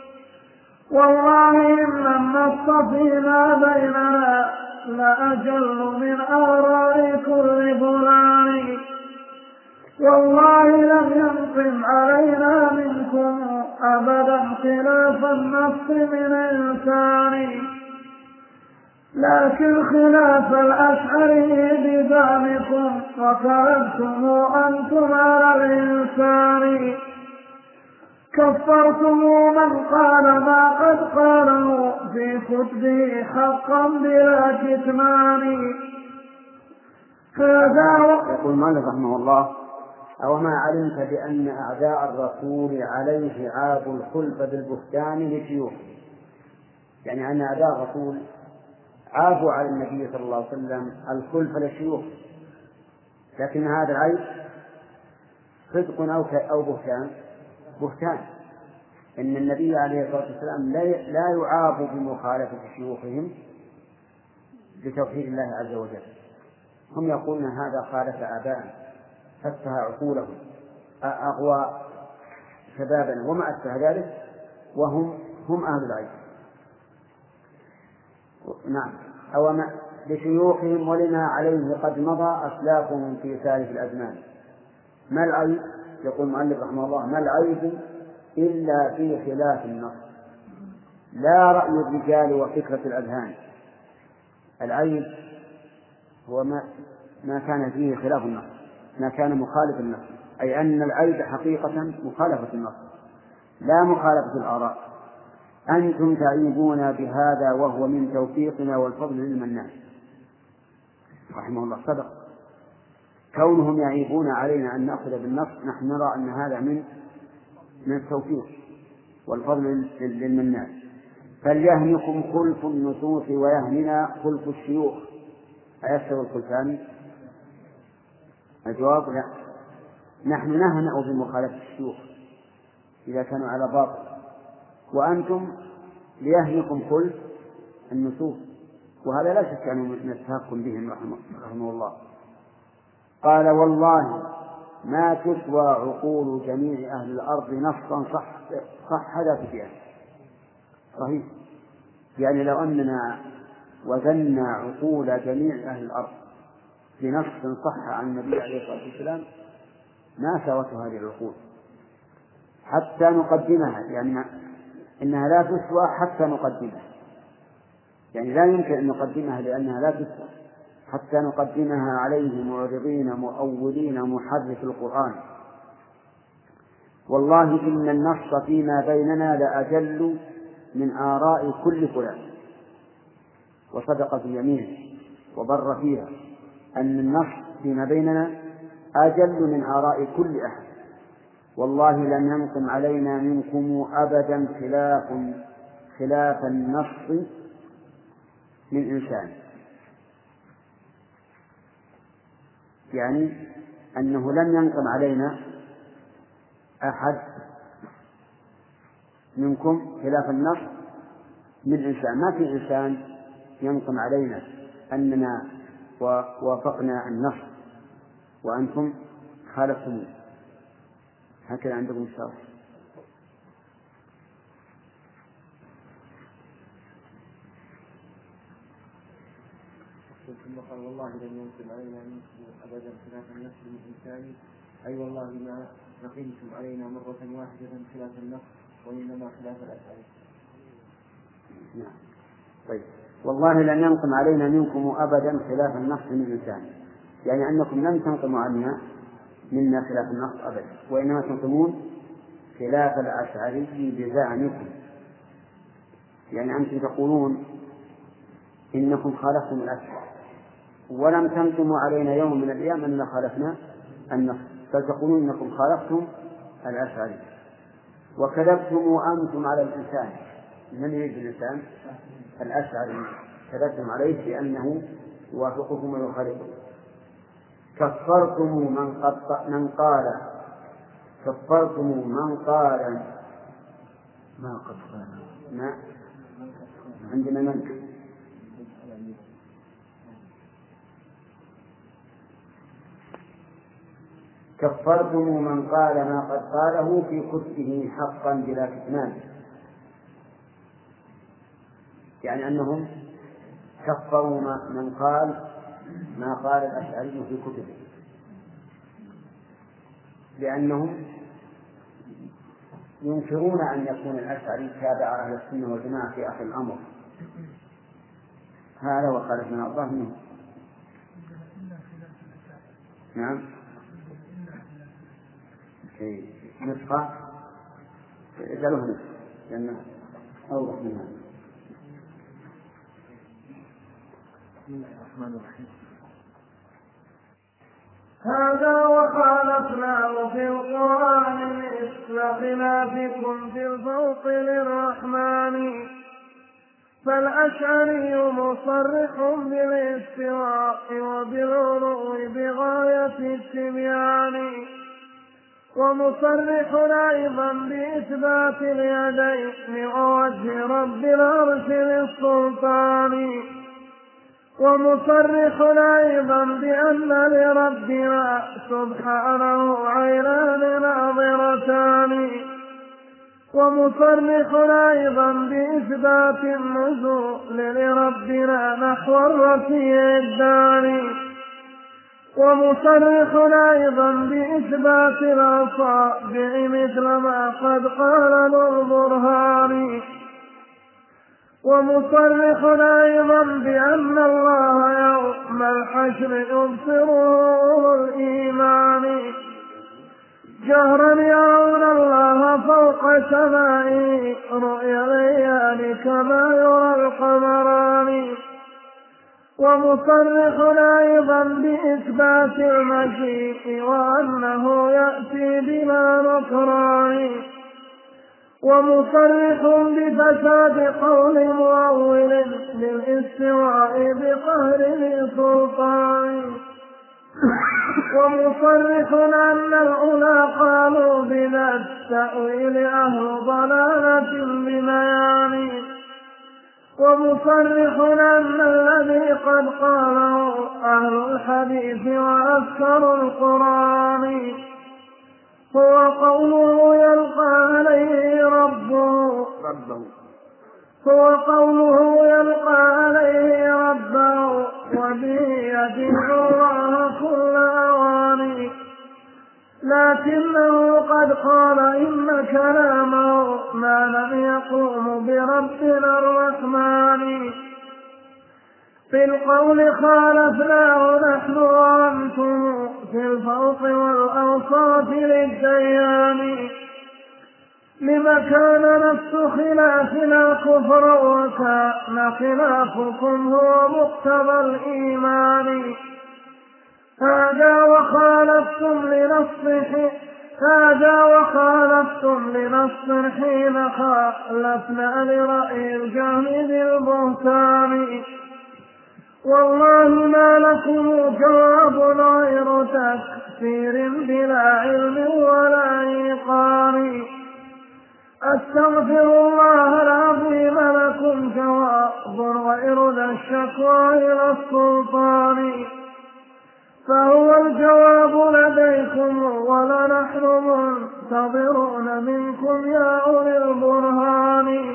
والله إن النص فيما بيننا لأجل من آراء كل فلان. والله لم ينقم علينا منكم أبدا خلاف النص من إنسان. لكن خلاف الأشعري بزعمكم وكرهتم أنتم على الإنسان. كفرتم من قال ما قد قاله في كتبه حقا بلا كتمان. هذا يقول مالك رحمه الله: أو ما علمت بأن أعداء الرسول عليه عابوا الخلف بالبهتان لشيوخه، يعني أن أعداء الرسول عابوا على النبي صلى الله عليه وسلم الخلف للشيوخ، لكن هذا العيب صدق أو أو بهتان بهتان إن النبي عليه الصلاة والسلام لا يعاب بمخالفة شيوخهم لتوحيد الله عز وجل. هم يقولون هذا خالف آباءنا فسه عقولهم أغوى شبابنا وما أشبه ذلك، وهم هم أهل العيب. نعم. أو ما لشيوخهم ولما عليه قد مضى أسلافهم في سالف الأزمان. ما العيب؟ يقول المؤلف رحمه الله: ما العيب إلا في خلاف النص لا رأي الرجال وفكرة الأذهان. العيب هو ما ما كان فيه خلاف النص، ما كان مخالف النص، أي أن العيب حقيقة مخالفة النص لا مخالفة الآراء. أنتم تعيبون بهذا وهو من توفيقنا والفضل للمنان. رحمه الله صدق. كونهم يعيبون علينا أن نأخذ بالنص نحن نرى أن هذا من من التوفيق والفضل للمنان. فليهنكم خلف النصوص ويهننا خلف الشيوخ. أيستوي الخلفان؟ الجواب لا. نحن نهنأ بمخالفة الشيوخ إذا كانوا على باطل، وأنتم ليهنكم خلف النصوص، وهذا لا شك أنه من التهكم بهم رحمه الله. قال: والله ما تسوى عقول جميع أهل الأرض نصا صح صح ذات فيها. صحيح، يعني لو أننا وزنا عقول جميع أهل الأرض بنص صح عن النبي عليه الصلاة والسلام ما ساوت هذه العقول حتى نقدمها، يعني إنها لا تسوى حتى نقدمها، يعني لا يمكن أن نقدمها لأنها لا تسوى حتى نقدمها عليه معرضين مؤولين محرف القرآن. والله إن النص فيما بيننا لأجل من آراء كل فلان. وصدق في يمينه وبر فيها أن النص فيما بيننا أجل من آراء كل أحد. والله لم ينقم علينا منكم أبدا خلاف خلاف النص من إنسان، يعني أنه لم ينقم علينا أحد منكم خلاف النص من إنسان. ما في إنسان ينقم علينا أننا وافقنا النص وأنتم خالفتموه. هكذا عندكم الشرح. ثم قال: والله لم ينقم علينا منكم أبدا خلاف النص من إنسان، أي والله ما نقمتم علينا مرة واحدة خلاف النص وإنما خلاف الأشعار. نعم. طيب. والله لن ينقم علينا منكم أبدا خلاف النص من إنسان، يعني أنكم لم تنقموا عنا منا خلاف النص أبدا، وإنما تنقمون خلاف الأشعري بزعمكم. يعني أنتم تقولون إنكم خالفتم الأشعري ولم تنتموا علينا يوم من الأيام أننا خالفنا النص، بل تقولون إنكم خالفتم الأشعري وكذبتم أنتم على الإنسان. من يريد الإنسان؟ الأشعري، كذبتم عليه بأنه يوافقكم ويخالفكم. كفرتم من, من قال كفرتم من قال ما قد قال ما عندنا من كفرتم من قال ما قد قاله في كتبه حقا بلا كتمان، يعني أنهم كفروا من قال ما قال الأشعري في كتبه، لأنهم ينكرون أن يكون الأشعري تابع أهل السنة والجماعة في آخر الأمر. هذا وقال من الله منه. نعم نسخة اجعله نسخة لأنه أوضح منها. بسم الله الرحمن الرحيم. هذا وخالفناه في القرآن مثل خلافكم في الفوق للرحمن، فالأشعري مصرح بالاستواء وبالعلو بغاية التبيان، ومصرح أيضا بإثبات اليدين ووجه رب العرش للسلطان، ومصرح أيضا بأن لربنا سبحانه عينان ناظرتان، ومصرح أيضا بإثبات النزول لربنا نحو الرفيع الداني، ومصرح أيضا بإثبات الأصابع مثل ما قد قال ذو البرهان، ومصرح أيضا بأن الله يوم الحشر يبصره الإيمان، جهرا يرون الله فوق سمائه رؤيا الليالي كما يرى القمران، ومصرح أيضا بإثبات المجيء وأنه يأتي بلا نكران، ومصرح بفساد قول مؤول للاستواء بقهر ذي سلطان، ومصرح أن الأولى قالوا بذا التأويل أهل ضلالة بميان، ومصرح أن الذي قد قاله أهل الحديث وأكثر القرآن هو قوله يلقى عليه ربه ربه هو قوله يلقى عليه ربه وبه يدعو الله كل أواني، لكنه قد قال إن كلامه ما لم يقوم بربنا الرحمن، في القول خالفناه نحن وأنتم في الفوق والأوصاف للديان، لمكان نفس خلافنا كفر وكان خلافكم هو مقتضى الإيمان. هذا وخالفتم لنص هذا وخالفتم لنص حين خالفنا لرأي الجهم بالبهتان، والله ما لكم جواب غير تكفير بلا علم ولا إيقان، أستغفر الله العظيم لكم جواب غير ذا الشكوى إلى السلطان، فهو الجواب لديكم ولنحن منتظرون منكم يا أولي البرهان،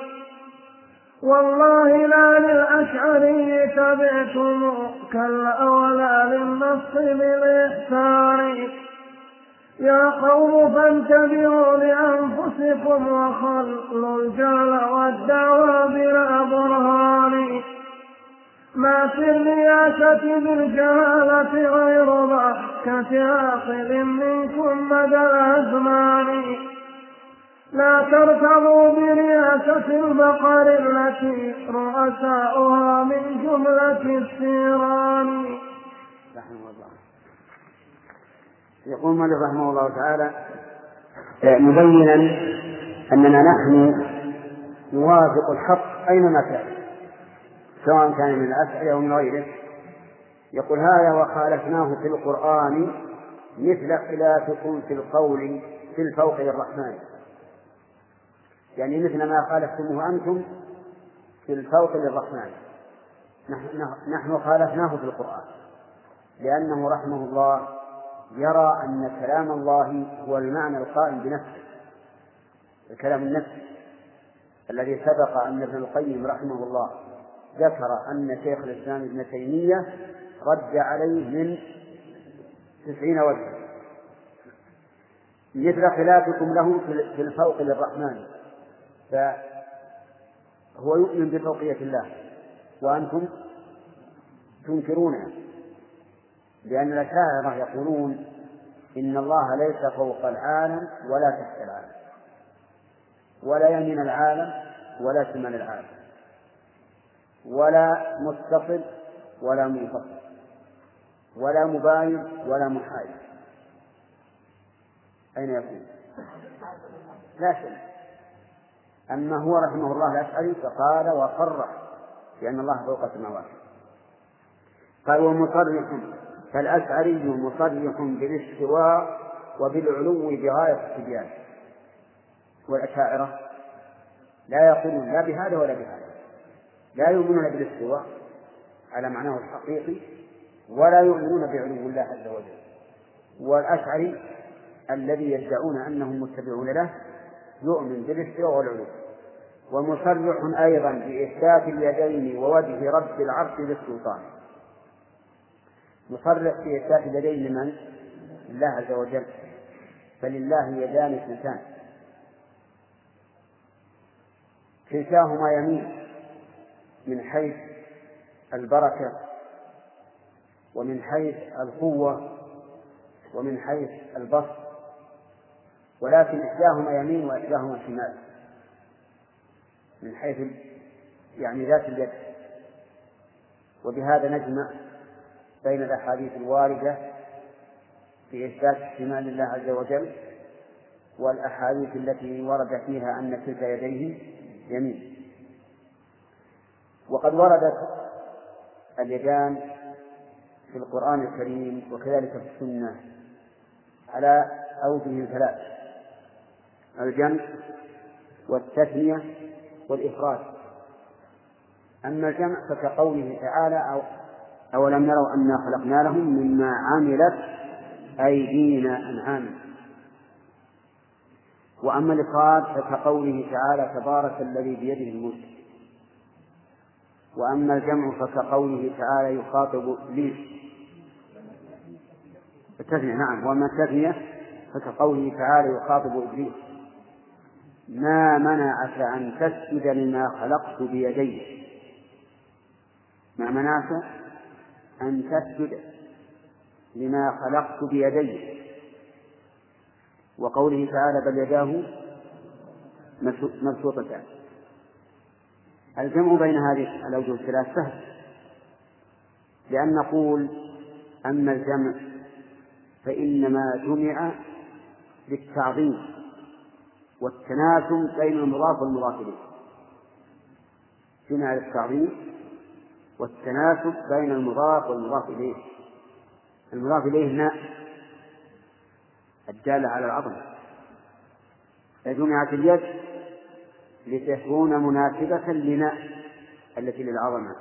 والله لا للأشعري تبعتم كلا ولا للنص بالإحسان، يا قوم فانتبهوا لأنفسكم وخلوا الجهل والدعوى بلا برهان، ما في الرياسة بالجهالة غير ضحكة عاقل منكم مدى الأزمان، لا تركبوا برياسة البقر التي رؤساؤها من جملة الثيران. رحمه الله. يقول مالك رحمه الله تعالى مبينا أننا نحن نوافق الحق أينما كان، سواء كان من الأشعرية أو من غيره. يقول هذا وخالفناه في القرآن مثل خلافكم في القول في الفوق للرحمن، يعني مثل ما خالفتموه أنتم في الفوق للرحمن نحن خالفناه في القرآن، لأنه رحمه الله يرى أن كلام الله هو المعنى القائم بنفسه، الكلام النفسي الذي سبق أن ابن القيم رحمه الله ذكر أن شيخ الإسلام ابن تيمية رد عليه من تسعين وجها. مثل خلافكم له في الفوق للرحمن، فهو يؤمن بفوقية الله وأنتم تنكرونها، لأن الأشاعرة يقولون إن الله ليس فوق العالم ولا تحت العالم، ولا يمين العالم ولا شمال العالم، ولا متصل ولا منفصل، ولا مباين ولا محايد. أين يكون؟ لا شيء. أما هو رحمه الله الأشعري فقال وصرح بأن الله فوق السماوات. قال ومصرح، فالأشعري مصرح بالاستواء وبالعلو بغاية التبيان، والأشاعرة لا يقولون لا بهذا ولا بهذا، لا يؤمنون بالاستواء على معناه الحقيقي ولا يؤمنون بعلو الله عز وجل. والأشعري الذي يدعون أنهم متبعون له يؤمن بالاستواء والعلو. ومصرح أيضا بإثبات اليدين ووجه رب العرش للسلطان، مصرح في إثبات اليدين لمن؟ لله عز وجل، فلله يدان اثنتان كلتاهما يمين من حيث البركة ومن حيث القوة ومن حيث البسط، ولكن إحداهما يمين وإحداهما شمال من حيث يعني ذات اليد. وبهذا نجمع بين الأحاديث الواردة في إثبات الشمال لله عز وجل والأحاديث التي ورد فيها أن كلتا يديه يمين. وقد وردت اليدان في القرآن الكريم وكذلك في السنة على أوجه ثلاث: الجمع والتثنية والإفراد. أما الجمع فكقوله تعالى أو أولم يروا أنا خلقنا لهم مما عملت أيدينا أنعاما. وأما الإفراد فكقوله تعالى تبارك الذي بيده الملك. وأما الجمع فكقوله تعالى يخاطب إبليس التثنية. نعم. وأما التثنية فكقوله تعالى يخاطب إبليس ما منعك أن تسجد لما خلقت بيدي، ما منعك أن تسجد لما خلقت بيدي. وقوله تعالى بل يداه مبسوطتان. الجمع بين هذه الأوجه الثلاث سهل، لأن نقول أما الجمع فإنما جمع للتعظيم والتناسب بين المضاف والمضاف إليه، جمع للتعظيم والتناسب بين المضاف والمضاف إليه. المضاف إليه هنا الدالة على العظمة، فجمعت اليد لتكون مناسبة لنا التي للعظمة.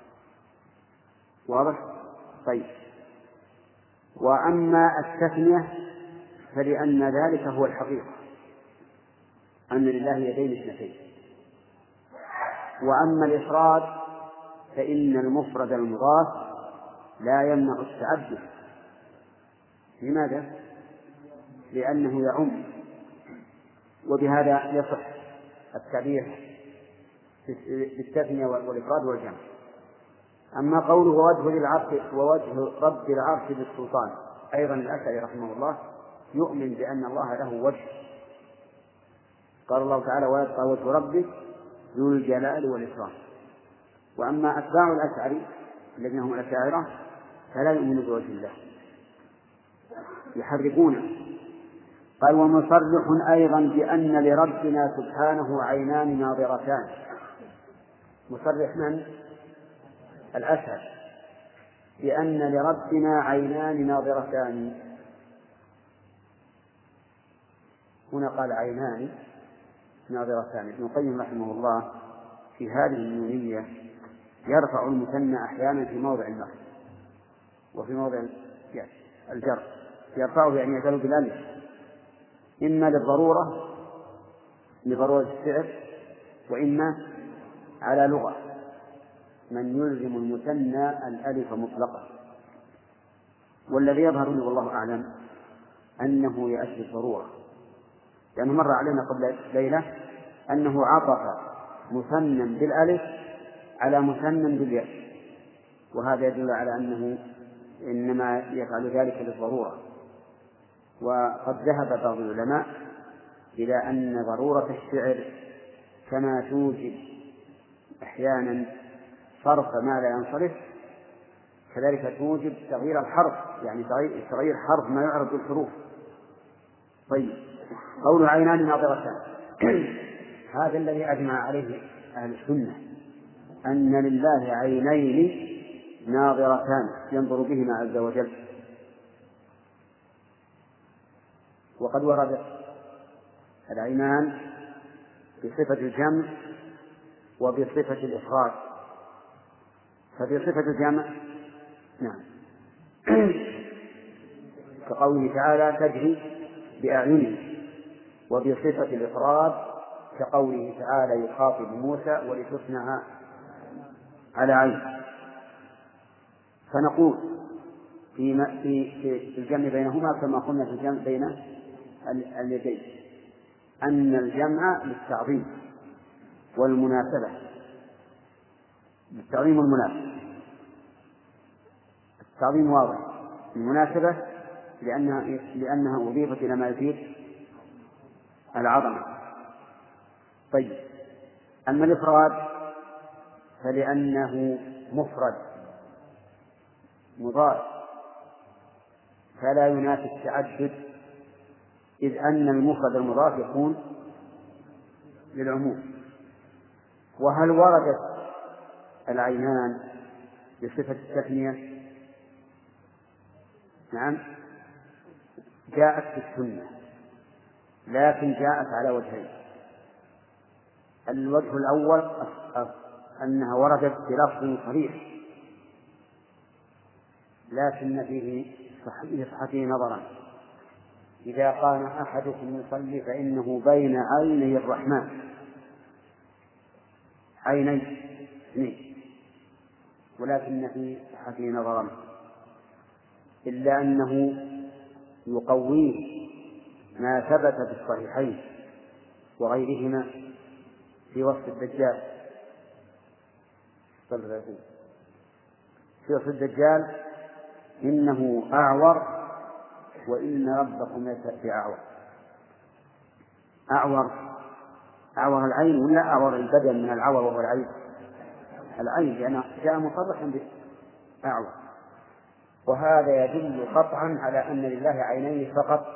واضح؟ طيب. وأما التثنية فلأن ذلك هو الحقيقة، أن لله يدين اثنتين. وأما الإفراد فإن المفرد المضاف لا يمنع التعدد. لماذا؟ لأنه يعم، وبهذا يصح التعبير بالتثنية والإفراد والجمع. أما قوله ووجه للعرش ووجه رب العرش بالسلطان، أيضا الأشعري رحمه الله يؤمن بأن الله له وجه، قال الله تعالى ويبقى وجه ربك ذو الجلال والإكرام. وأما أتباع الأشعري الذين هم الأشاعرة فلا يؤمنون بوجه الله، يحرفونه. قال ومصرح أيضا بأن لربنا سبحانه عينان ناظرتان. مصرح من؟ الأشعري بأن لربنا عينان ناظرتان. هنا قال عينان ناظرتان. ابن القيم رحمه الله في هذه النونية يرفع المثنى أحيانا في موضع النصب وفي موضع الجر، يرفعه يعني يجعله بالألف، إما للضرورة لضرورة الشعر، وإما على لغة من يلزم المثنى الألف مطلقا. والذي يظهر لي والله أعلم أنه يأتي الضرورة، لأنه مر علينا قبل ليلة أنه عطف مثنى بالألف على مثنى بالياء، وهذا يدل على أنه إنما يفعل ذلك للضرورة. وقد ذهب بعض العلماء إلى أن ضرورة الشعر كما توجب أحيانا صرف ما لا ينصرف كذلك توجب تغيير الحرف، يعني تغيير حرف ما يعرف بالحروف. طيب قول عينان ناظرتان هذا الذي أجمع عليه أهل السنة أن لله عينين ناظرتان ينظر بهما عز وجل. وقد ورد العينان بصفة الجمع وبصفة الإفراد. فبصفة الجمع نعم كقوله تعالى تجري بأعينه، وبصفة الإفراد كقوله تعالى يخاطب موسى ولتصنع على عين. فنقول في في الجمع بينهما كما قلنا في الجمع بين اليدين أن الجمع للتعظيم والمناسبة، للتعظيم والمناسبة. التعظيم واضح، المناسبة لأنها لأنها أضيفت إلى ما يفيد العظمة. طيب أما الإفراد فلأنه مفرد مضاف فلا ينافي التعدد، إذ أن المفرد المضاف يكون للعموم. وهل وردت العينان بصفة التثنية؟ نعم جاءت في السنة، لكن جاءت على وجهين. الوجه الأول أنها وردت بلفظ صريح لكن فيه صحته نظرا. إذا قام أحدكم يصلي فإنه بين عيني الرحمن، عيني اثنين، ولكن في صحته نظرا، إلا أنه يقويه ما ثبت في الصحيحين وغيرهما في وصف الدجال. في وصف الدجال إنه أعور وإن ربكم ليس بأعور. أعور أعور العين ولا أعور البدن من العور وهو العين؟ العين، لأنه جاء مصرحا بأعور. وهذا يدل قطعا على أن لله عينين فقط،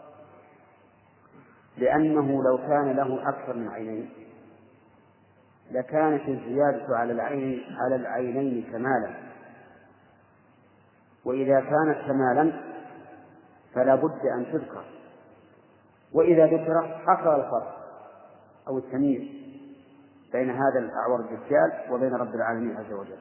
لأنه لو كان له أكثر من عينين لكانت الزيادة على العين على العينين كمالا، وإذا كانت كمالا فلا بد أن تذكر، وإذا ذكر حصل الفرق أو التمييز بين هذا الأعور الدجال وبين رب العالمين عز وجل.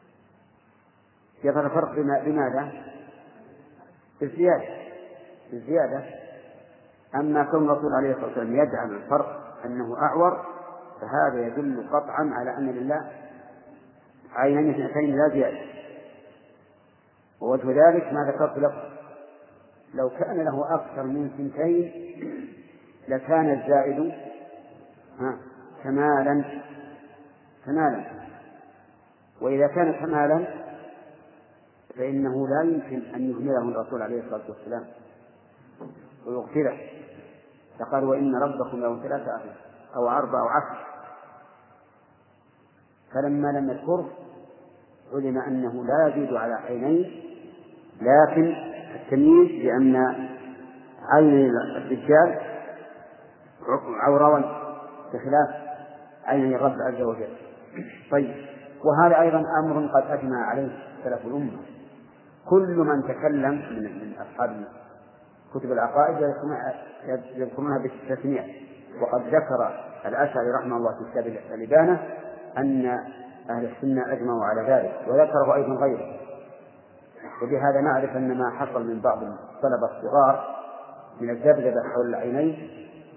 يظهر الفرق بماذا؟ بالزيادة بالزيادة. أما كون الرسول عليه الصلاة والسلام يجعل الفرق أنه أعور فهذا يدل قطعا على أن لله عينين اثنتين لا زيادة. ووجه ذلك ما ذكرت لكم، لو كان له أكثر من ثنتين لكان الزائد كمالا كمالا وإذا كان كمالا فإنه لا يمكن أن يهمله الرسول عليه الصلاة والسلام ويغفره. فقال وإن ربكم له ثلاثة أعين أو أربع أو عشر، فلما لم يذكره علم أنه لا يزيد على عينين، لكن التمييز بأن عين الرجال عوران بخلاف عين الرب عز وجل. طيب، وهذا أيضا أمر قد أجمع عليه سلف الأمة، كل من تكلم من, من أصحاب كتب العقائد يذكرونها بالتسمية، وقد ذكر الأشعري رحمه الله في كتاب الإبانة أن أهل السنة أجمعوا على ذلك، وذكره أيضا غيره. وبهذا نعرف أن ما حصل من بعض الطلبة الصغار من الذبذبة حول العينين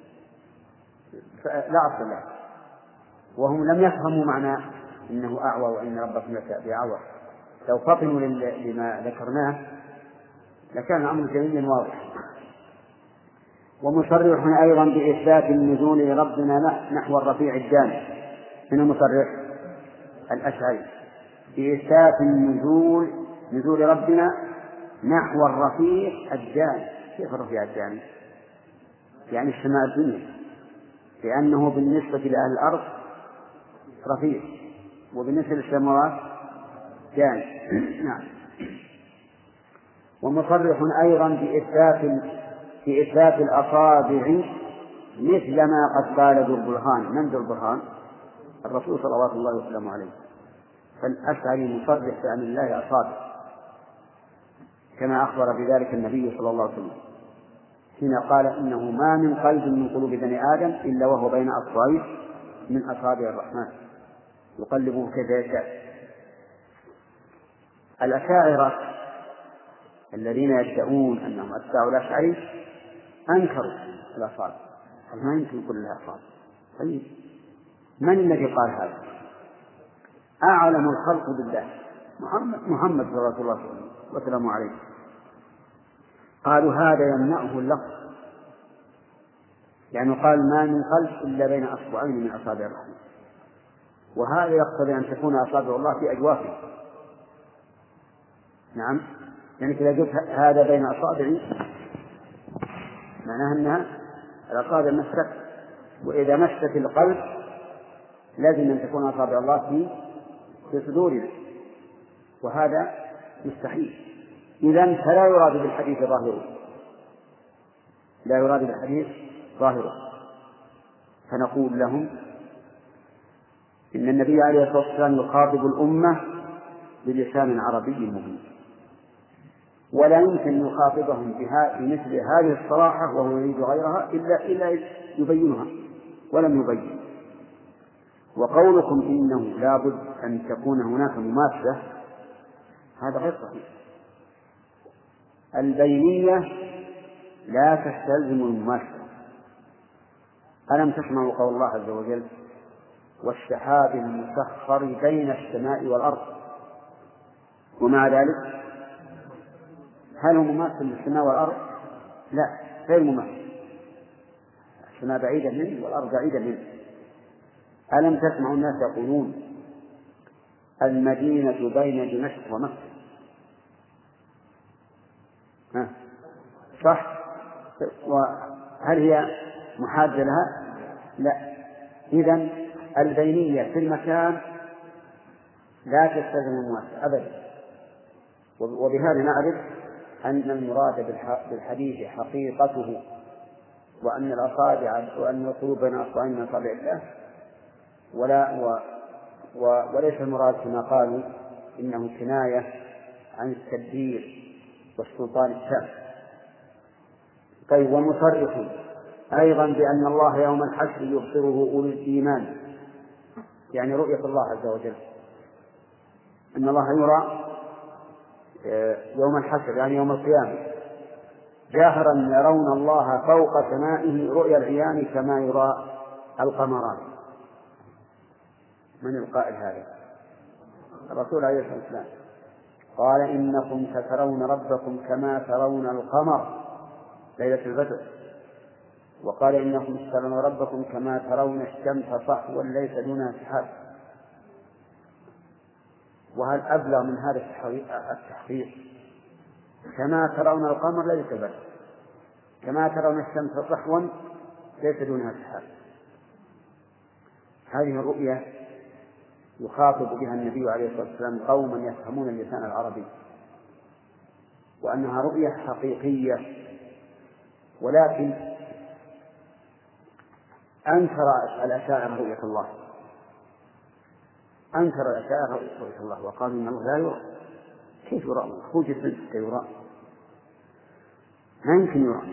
لا أصل له، وهم لم يفهموا معنى إنه أعوى وإن ربكم بأعوى. لو فطنوا لما ذكرناه لكان الأمر جميل واضح. ومصرح أيضا بإثبات النزول لربنا نحو الرفيع الجاني. من المصرح؟ الأشعري، بإثبات النزول نزول ربنا نحو الرفيع الجاني. كيف الرفيع الجاني؟ يعني السماء الدنيا، لأنه بالنسبة لأهل الأرض رفيع، وبالنسبة للسماوات جاني. نعم. ومصرح أيضا بإثبات في إثبات الأصابع مثل ما قد قال ذو البرهان. من ذو البرهان؟ الرسول صلى الله عليه وسلم عليه. فالأشعري مصرح بأن الله أصابع، كما أخبر بذلك النبي صلى الله عليه وسلم حين قال إنه ما من قلب من قلوب بني آدم إلا وهو بين أصبعين من أصابع الرحمن يقلبه كيف يشاء. الأشاعرة الذين يدعون أنهم أتباعوا الأشعري أنكروا الأصابع، ما يمكن يكون لها أصابع. طيب، من الذي قال هذا؟ أعلم الخلق بالله محمد محمد صلى الله عليه وسلم عليه. قالوا هذا يمنعه اللفظ، يعني قال ما من قلب إلا بين أصبعين من أصابع الرحمن، وهذا يقتضي أن تكون أصابع الله في أجوافه. نعم، يعني إذا قلت هذا بين أصابعي معناها أنها الأصابع مست، وإذا مست القلب لازم أن تكون أصابع الله في في صدورنا، وهذا مستحيل. إذن فلا يراد بالحديث ظاهره، لا يراد بالحديث ظاهره. فنقول لهم إن النبي عليه الصلاة والسلام يخاطب الأمة بلسان عربي مبين، ولا يمكن يخاطبهم بها بمثل هذه الصراحة وهو يريد غيرها إلا إلا يبينها، ولم يبين. وقولكم إنه لا بد أن تكون هناك مماثلة هذا غير صحيح. البينية لا تستلزم المماثلة. ألم تسمعوا قول الله عز وجل والسحاب المسخر بين السماء والأرض؟ ومع ذلك هل هو مماثل للسماء والأرض؟ لا، غير مماثل. السماء بعيدة منه والأرض بعيدة منه. ألم تسمعوا الناس يقولون المدينة بين دمشق ومكة؟ ها صح؟ وهل هي محاذة لها؟ لا. إذن البينية في المكان لا تستلزم المماثلة أبدا. وبهذا نعرف أن المراد بالحديث حقيقته، وأن الأصابع وأن القلوب بين أصبعين من أصابع الله، ولا و و وليس المراد كما قالوا إنه كناية عن التدبير والسلطان التام. طيب، ومصرح أيضا بأن الله يوم الحشر يبصره أولي الإيمان، يعني رؤية الله عز وجل، أن الله يرى يوم الحشر يعني يوم القيامة جاهرا يرون الله فوق سمائه رؤيا العيان كما يرى القمران. من القائل هذا؟ الرسول عليه الصلاة والسلام قال إنكم سترون ربكم كما ترون القمر ليلة البدر، وقال إنكم سترون ربكم كما ترون الشمس صحوا ليس دونها سحاب. وهل أبلغ من هذا التحقيق؟ كما ترون القمر ليلة البدر، كما ترون الشمس صحوا ليس دونها سحاب. هذه الرؤية يخاطب بها النبي عليه الصلاة والسلام قوما يفهمون اللسان العربي، وأنها رؤية حقيقية. ولكن أنكر الأشاعرة رؤية الله، أنكر الأشاعرة رؤية الله وقالوا إن الله لا يرى. كيف يرى الله؟ هو جسد يرى، ما يمكن يرى.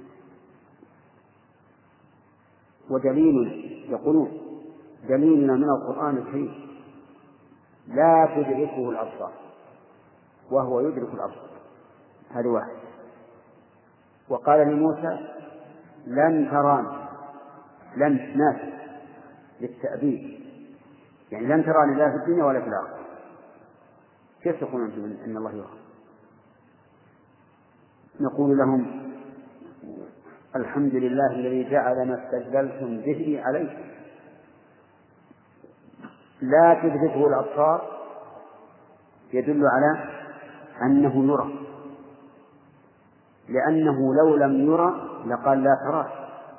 ودليل يقولون دليلنا من القرآن الكريم لا تدركه الأبصار وهو يدرك الأبصار. هذا واحد. وقال لموسى لن تراني، لن نافع للتأبيد، يعني لن تراني لا في الدنيا ولا في الآخرة. كيف تقولون أنتم إن الله يرى؟ نقول لهم الحمد لله الذي جعل ما استجللتم به عليكم. لا تدركه الأبصار يدل على أنه يرى، لأنه لو لم يرى لقال لا تراه،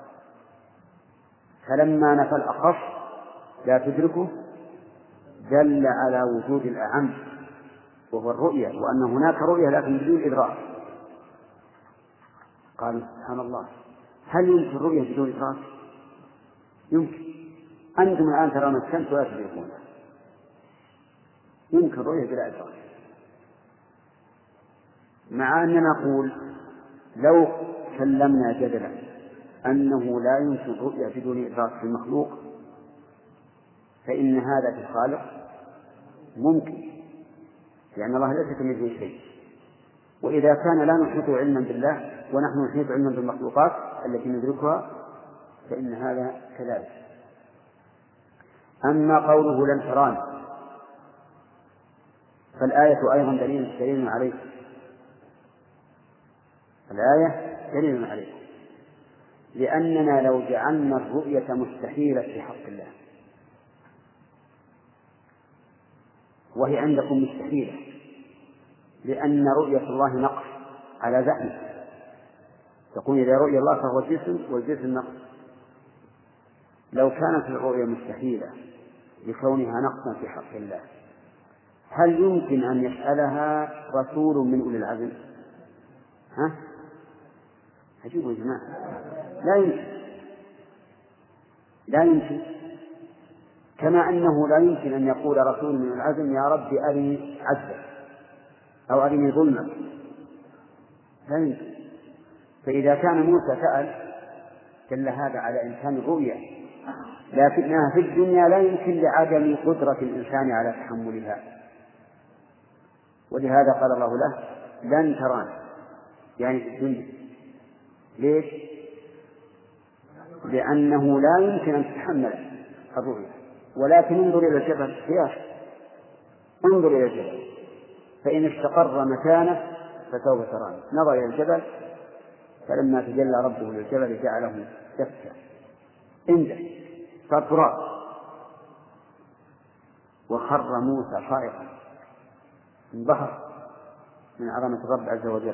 فلما نفى الأخص لا تدركه دل على وجود الأعم وهو الرؤية، وأن هناك رؤية لكن بدون إدراك. قالوا سبحان الله، هل يمكن الرؤية بدون إدراك؟ يمكن. أنتم الآن ترون الشمس ولا تدركونها، يمكن الرؤية بلا إدراك. مع أننا نقول لو سلمنا جدلا أنه لا يمكن الرؤية بدون إدراك في المخلوق، فإن هذا في الخالق ممكن، لأن الله ليس كمثله شيء. وإذا كان لا نحيط علما بالله ونحن نحيط علما بالمخلوقات التي ندركها فإن هذا كذلك. أما قوله لن تراني فالآية أيضا دليل دليل عليه، الآية دليل عليه، لأننا لو جعلنا الرؤية مستحيلة في حق الله وهي عندكم مستحيلة، لأن رؤية الله نقص على زعمه، تقول إذا رؤية الله فهو الجسم والجسم نقص. لو كانت الرؤية مستحيلة لكونها نقصا في حق الله، هل يمكن أن يسألها رسول من أولي العزم؟ ها؟ عجيب يا جماعة، لا يمكن، لا يمكن. كما أنه لا يمكن أن يقول رسول من العزم يا رب أرني عزك أو أرني ظلمك، لا يمكن. فإذا كان موسى سأل دل هذا على إمكان الرؤية، لكنها في الدنيا لا يمكن لعدم قدرة الإنسان على تحملها. ولهذا قال الله له لن تراني، يعني في الدنيا. ليش؟ لأنه لا يمكن أن تتحمل الرؤية. ولكن انظر إلى الجبل قياس، انظر إلى الجبل فإن استقر مكانه فسوف تراني. نظر إلى الجبل فلما تجلى ربه للجبل جعله دكا انده صار تراب، وخر موسى صائقا انبهر من عظمة الرب عز وجل.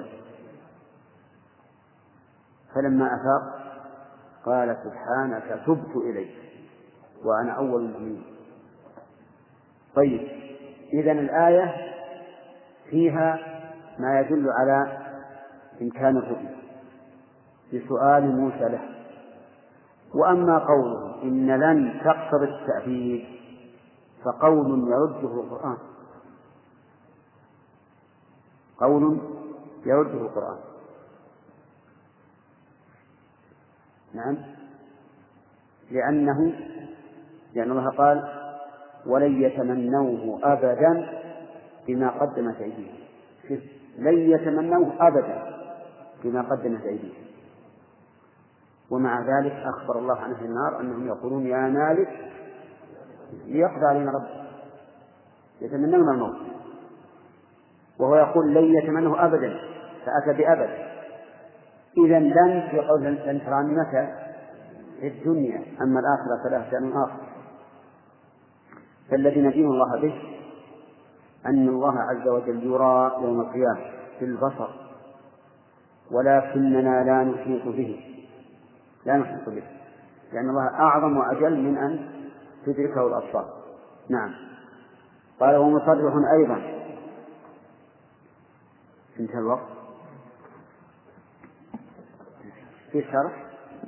فلما أفاق قال سبحانك تبت إليك وأنا أول المؤمنين. طيب، إذن الآية فيها ما يدل على إمكان الرؤية بسؤال موسى له. وأما قوله إن لن تقتضي التأبيد فقول يرده القرآن، قول يرده القرآن. نعم، لأنه لأن الله قال ولن يتمنوه أبدا بما قدمت أيديهم، لن يتمنوه أبدا بما قدمت أيديهم. ومع ذلك أخبر الله عن أهل النار أنهم يقولون يا مالك ليقضى علينا ربك، يتمنون الموت، وهو يقول لن يتمنوه أبدا فأتى بأبد. إذا لن في قول لن تراني متى؟ في الدنيا، أما الآخرة فلا شأن آخر. فالذي ندين الله به أن الله عز وجل يرى يوم القيامة في البصر، ولكننا لا نحيط به لا نحيط به، لأن الله أعظم وأجل من أن تدركه الأبصار. نعم. قال ومصرح أيضا. انتهى الوقت. في شرح.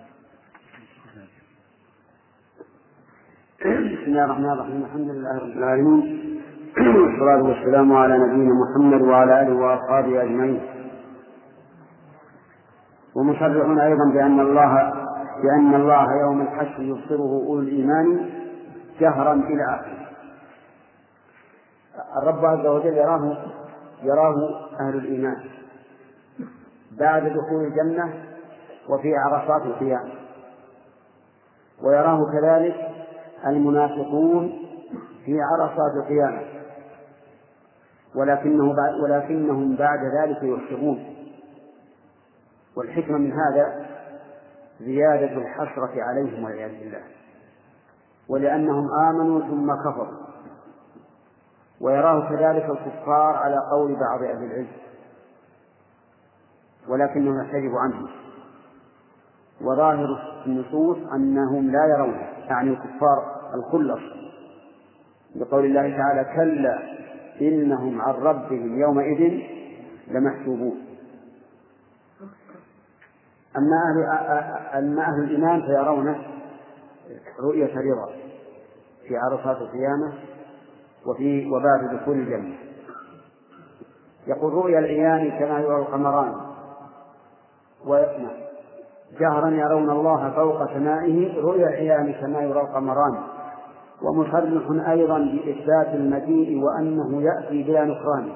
بسم الله الرحمن الرحيم. الحمد لله رب العالمين، والصلاة والسلام على نبينا محمد وعلى آله وأصحابه أجمعين. ومصرح أيضا بأن الله بأن الله يوم الحشر يبصره أولو الإيمان جهرا إلى آخره. الرب عز وجل يراه يراه أهل الإيمان بعد دخول الجنة وفي عرصات القيامة، ويراه كذلك المنافقون في عرصات القيامة، ولكنه ولكنهم بعد ذلك يحشرون. والحكمة من هذا زيادة الحسرة عليهم والعياذ بالله، ولأنهم آمنوا ثم كفروا. ويراه كذلك الكفار على قول بعض أهل العلم، ولكنه يحتجب عنه. وظاهر النصوص أنهم لا يرون، يعني الكفار الخلص، بقول الله تعالى كلا إنهم عن ربهم يومئذ لمحجوبون. أما أهل, أما أهل الإيمان فيرون رؤية رضا في عرصات القيامة وفي وبعد دخول الجنة. يقول رؤيا العيان كما يرى القمران، جهرا يرون الله فوق سمائه رؤيا العيان كما يرى القمران. ومصرح أيضا بإثبات المجيء وأنه يأتي بلا نكران.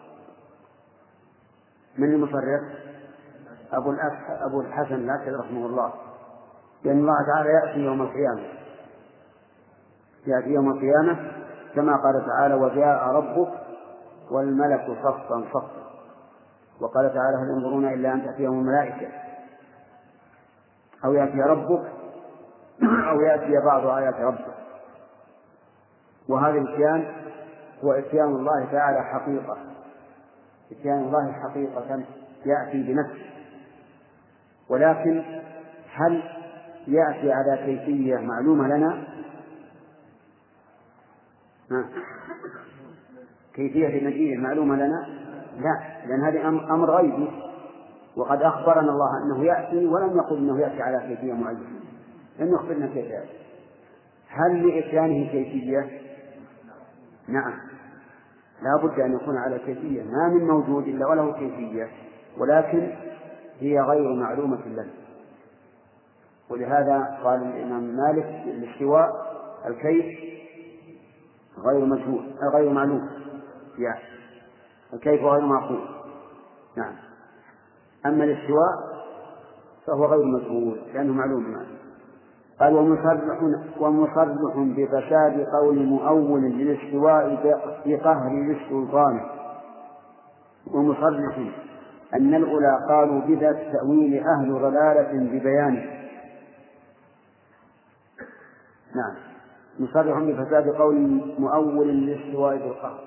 من المصرح؟ أبو, أبو الحسن الأشعري رحمه الله، لأن الله تعالى يأتي يوم القيامة يأتي يوم القيامة كما قال تعالى وجاء ربك والملك صفا صفا. وقال تعالى هل ينظرون إلا أن تأتيهم الملائكة أو يأتي ربك أو يأتي بعض آيات ربك. وهذا الإتيان هو إتيان الله تعالى حقيقة، إتيان الله حقيقة يأتي بنفسه. ولكن هل يأتي على كيفية معلومة لنا؟ ها. كيفية مجيئه معلومة لنا؟ لا، لأن هذا أمر غيبي، وقد أخبرنا الله أنه يأتي ولم يقل أنه يأتي على كيفية معينة، لم يخبرنا كيف يأتي. هل لإتيانه كيفية؟ نعم، لا بد أن يكون على كيفية، ما من موجود إلا وله كيفية، ولكن هي غير معلومة لنا. ولهذا قال الإمام مالك الاستواء الكيف غير مجهول غير معلوم، يعني الكيف غير معقول. نعم. أما الاستواء فهو غير مجهول لأنه معلوم معه. قال ومصرح ومصرح بفساد قول مؤول للاستواء بقهر للسلطان. ومصرح أن الأولى قالوا بذا التأويل أهل ضلالة ببيانه. نعم. مصرح بفساد قول مؤول للاستواء بالقهر.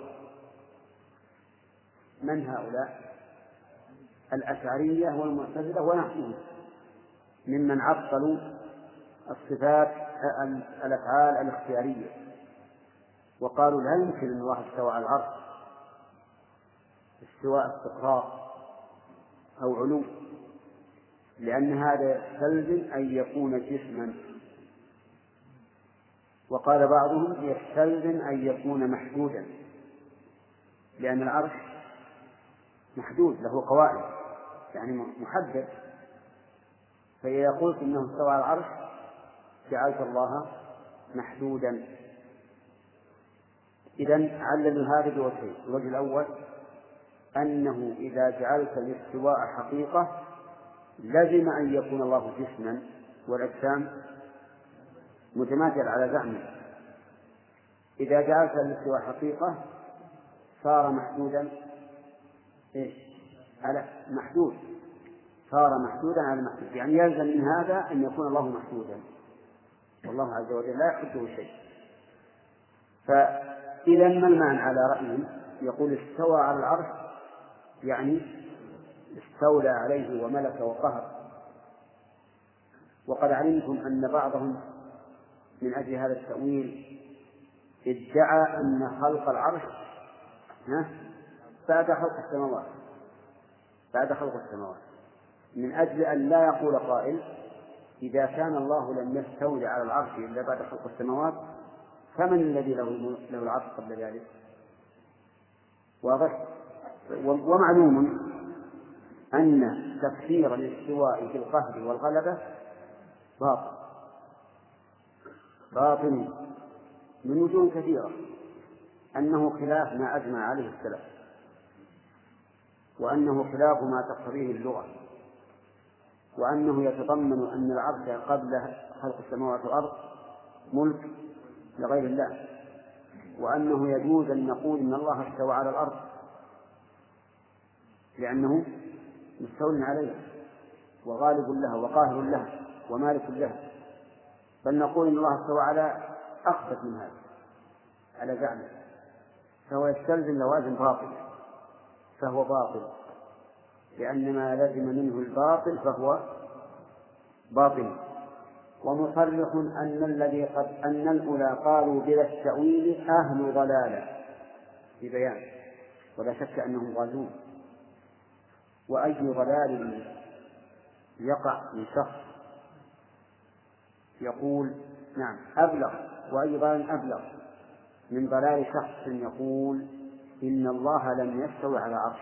من هؤلاء؟ الأشعرية والمعتزلة ونحوهم ممن عطلوا الصفات الأفعال الاختيارية، وقالوا لا يمكن أن الله استوى على العرش استواء استقرار أو علو، لأن هذا يستلزم أن يكون جسما. وقال بعضهم يستلزم أن يكون محدودا، لأن العرش محدود له قواعد يعني محدد. فإذا قلت إنه استوى على العرش جعلت الله محدودا. إذن عللوا هذا بوجهين: الوجه الأول أنه إذا جعلت الاستواء حقيقة لزم أن يكون الله جسما والأجسام متماثل على زعمه. إذا جعلت الاستواء حقيقة صار محدودا إيش؟ على محدود، صار محدودا على محدود، يعني يلزم من هذا أن يكون الله محدودا، والله عز وجل لا يحده شيء. فإذا ما المعنى على رأيهم؟ يقول استوى على العرش يعني استولى عليه وملك وقهر. وقد علمتم أن بعضهم من أجل هذا التأويل ادعى أن خلق العرش بعد خلق السماوات بعد خلق السماوات من أجل أن لا يقول قائل إذا كان الله لم يستولي على العرش إلا بعد خلق السماوات فمن الذي له له العرش قبل ذلك؟ واضح. ومعلوم أن تفسير الاستواء في القهر والغلبة باطل باطل من وجوه كثيرة، أنه خلاف ما أجمع عليه السلف، وأنه خلاف ما تقتضيه اللغة، وأنه يتضمن أن العرش قبل خلق السماوات والأرض ملك لغير الله، وأنه يجوز أن نقول إن الله استوى على الأرض لأنه مستول عليها وغالب لها وقاهر لها ومالك لها، بل نقول إن الله استوى على أخبث من هذا على زعمه، فهو يستلزم لوازم باطل، فهو باطل، لأن ما لزم منه الباطل فهو باطل. ومصرح أن الذي قد أن الأولى قالوا بلا التأويل أهل ضلالة في بيان، ولا شك أنهم غالون. وأي ضلال يقع من شخص يقول نعم أبلغ، وأي ضلال أبلغ من ضلال شخص يقول إن الله لم يستوي على عرشه،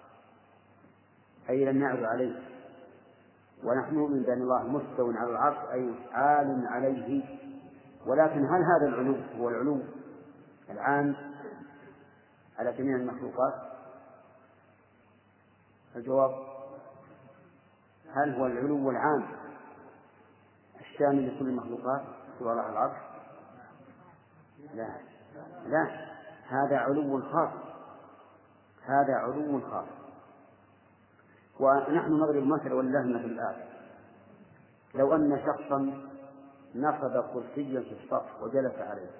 أي لم يعد عليه، ونحن نؤمن بأن الله مستوى على العرش أي عال عليه. ولكن هل هذا العلو هو العلو العام على جميع المخلوقات؟ الجواب هل هو العلو العام الشامل لكل المخلوقات سوى الله العرش؟ لا لا، هذا علو خاص، هذا علو خاص. ونحن نضرب مثل ولله المثل الآخر، لو أن شخصا نصب كرسيا في السطح وجلس عليه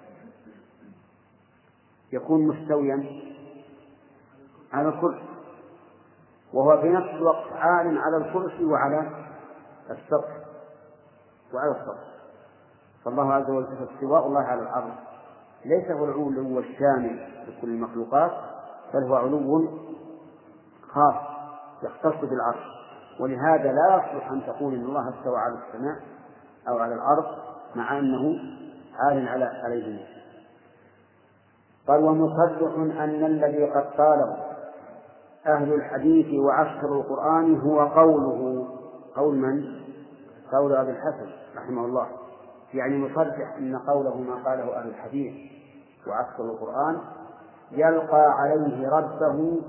يكون مستويا على الكرسي، وهو في نفس الوقت عال على الكرسي وعلى السطح وعلى السطح. فالله عز وجل استواء الله على العرش ليس هو العلو الشامل لكل المخلوقات، بل هو علو خاص يختص بالعرش. ولهذا لا يصلح أن تقول إن الله استوى على السماء أو على الأرض مع أنه عال على عليهم. قال ومصرح أن الذي قد قاله أهل الحديث وعسكر القرآن هو قوله، قول من؟ قول أبي الحسن رحمه الله، يعني مصرح أن قوله ما قاله أهل الحديث وعسكر القرآن يلقى عليه ربه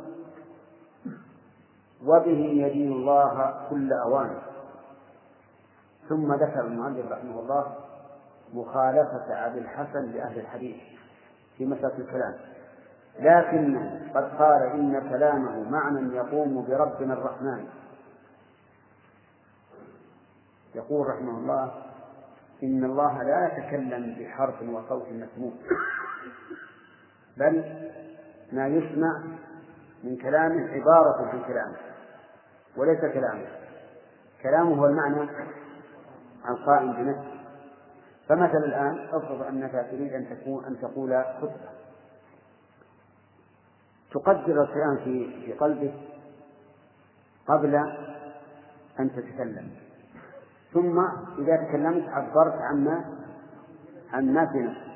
وبه يدين الله كل أوان. ثم ذكر المؤلف رحمه الله مخالفة أبي الحسن لأهل الحديث في مسألة الكلام، لكنه قد قال إن كلامه معنى يقوم بربنا الرحمن. يقول رحمه الله إن الله لا يتكلم بحرف وصوت مسموع، بل ما يسمع من كلامه عبارة عن كلامه وليس كلامه. كلامه هو المعنى القائم بنفسه. فمثلا الآن افرض أنك تريد أن تكون أن تقول خطبة، تقدر الكلام في في قلبك قبل أن تتكلم، ثم إذا تكلمت عبرت عما عما في نفسك.